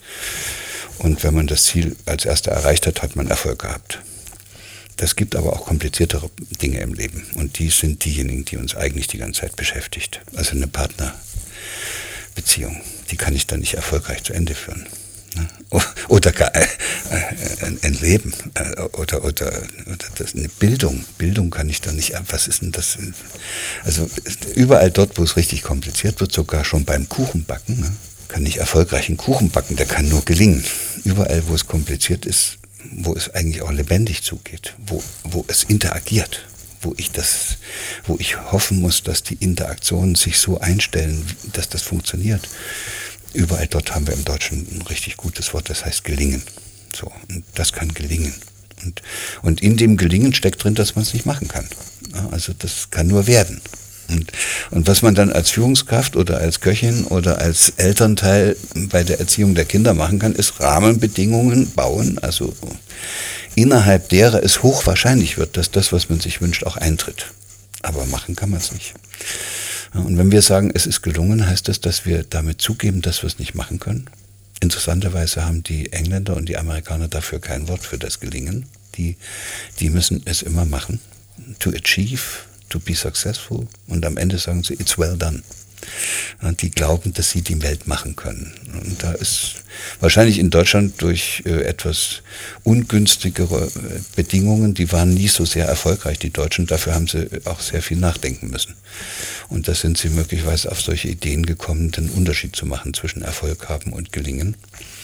Und wenn man das Ziel als Erster erreicht hat, hat man Erfolg gehabt. Das gibt aber auch kompliziertere Dinge im Leben. Und die sind diejenigen, die uns eigentlich die ganze Zeit beschäftigt. Also eine Partnerbeziehung, die kann ich dann nicht erfolgreich zu Ende führen. Oder gar ein Leben oder eine Bildung. Bildung kann ich dann nicht. Was ist denn das? Also überall dort, wo es richtig kompliziert wird, sogar schon beim Kuchenbacken, kann ich erfolgreich einen Kuchen backen, der kann nur gelingen. Überall, wo es kompliziert ist, wo es eigentlich auch lebendig zugeht, wo es interagiert, wo ich hoffen muss, dass die Interaktionen sich so einstellen, dass das funktioniert. Überall dort haben wir im Deutschen ein richtig gutes Wort, das heißt gelingen. So, und das kann gelingen. Und in dem Gelingen steckt drin, dass man es nicht machen kann. Also das kann nur werden. Und was man dann als Führungskraft oder als Köchin oder als Elternteil bei der Erziehung der Kinder machen kann, ist Rahmenbedingungen bauen, also innerhalb derer es hochwahrscheinlich wird, dass das, was man sich wünscht, auch eintritt. Aber machen kann man es nicht. Und wenn wir sagen, es ist gelungen, heißt das, dass wir damit zugeben, dass wir es nicht machen können. Interessanterweise haben die Engländer und die Amerikaner dafür kein Wort für das Gelingen. Die müssen es immer machen. To achieve, to be successful. Und am Ende sagen sie, it's well done. Und die glauben, dass sie die Welt machen können. Und da ist wahrscheinlich in Deutschland durch etwas ungünstigere Bedingungen, die waren nie so sehr erfolgreich, die Deutschen. Dafür haben sie auch sehr viel nachdenken müssen. Und da sind sie möglicherweise auf solche Ideen gekommen, den Unterschied zu machen zwischen Erfolg haben und Gelingen.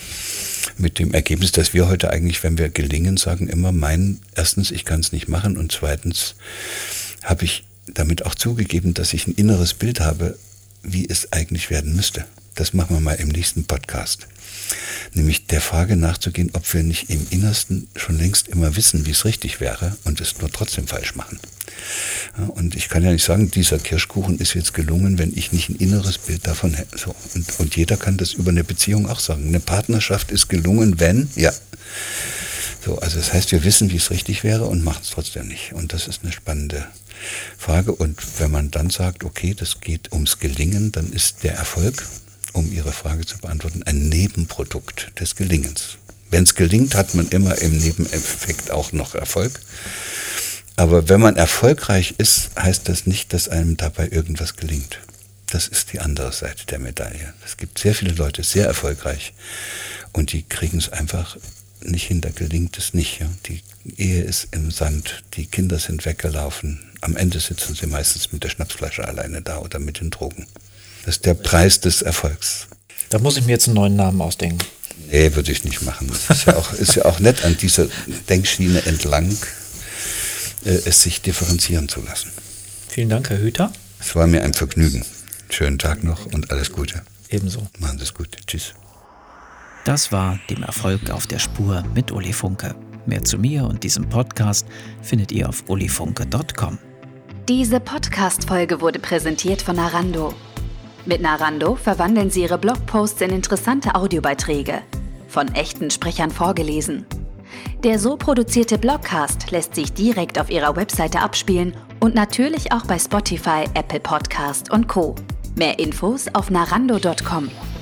Mit dem Ergebnis, dass wir heute eigentlich, wenn wir gelingen, sagen immer, erstens, ich kann es nicht machen und zweitens habe ich damit auch zugegeben, dass ich ein inneres Bild habe, wie es eigentlich werden müsste. Das machen wir mal im nächsten Podcast. Nämlich der Frage nachzugehen, ob wir nicht im Innersten schon längst immer wissen, wie es richtig wäre und es nur trotzdem falsch machen. Ja, und ich kann ja nicht sagen, dieser Kirschkuchen ist jetzt gelungen, wenn ich nicht ein inneres Bild davon hätte. So, und jeder kann das über eine Beziehung auch sagen. Eine Partnerschaft ist gelungen, wenn, ja. So, also das heißt, wir wissen, wie es richtig wäre und machen es trotzdem nicht. Und das ist eine spannende Frage. Und wenn man dann sagt, okay, das geht ums Gelingen, dann ist der Erfolg, um Ihre Frage zu beantworten, ein Nebenprodukt des Gelingens. Wenn es gelingt, hat man immer im Nebeneffekt auch noch Erfolg. Aber wenn man erfolgreich ist, heißt das nicht, dass einem dabei irgendwas gelingt. Das ist die andere Seite der Medaille. Es gibt sehr viele Leute, sehr erfolgreich, und die kriegen es einfach nicht hin, da gelingt es nicht. Ja. Die Ehe ist im Sand, die Kinder sind weggelaufen, am Ende sitzen sie meistens mit der Schnapsflasche alleine da oder mit den Drogen. Das ist der Preis des Erfolgs. Da muss ich mir jetzt einen neuen Namen ausdenken. Nee, würde ich nicht machen. Es ist ja auch nett, an dieser Denkschiene entlang es sich differenzieren zu lassen. Vielen Dank, Herr Hüter. Es war mir ein Vergnügen. Schönen Tag noch und alles Gute. Ebenso. Machen Sie es gut. Tschüss. Das war Dem Erfolg auf der Spur mit Uli Funke. Mehr zu mir und diesem Podcast findet ihr auf ulifunke.com. Diese Podcast-Folge wurde präsentiert von Narando. Mit Narando verwandeln Sie Ihre Blogposts in interessante Audiobeiträge, von echten Sprechern vorgelesen. Der so produzierte Blogcast lässt sich direkt auf Ihrer Webseite abspielen und natürlich auch bei Spotify, Apple Podcast und Co. Mehr Infos auf narando.com.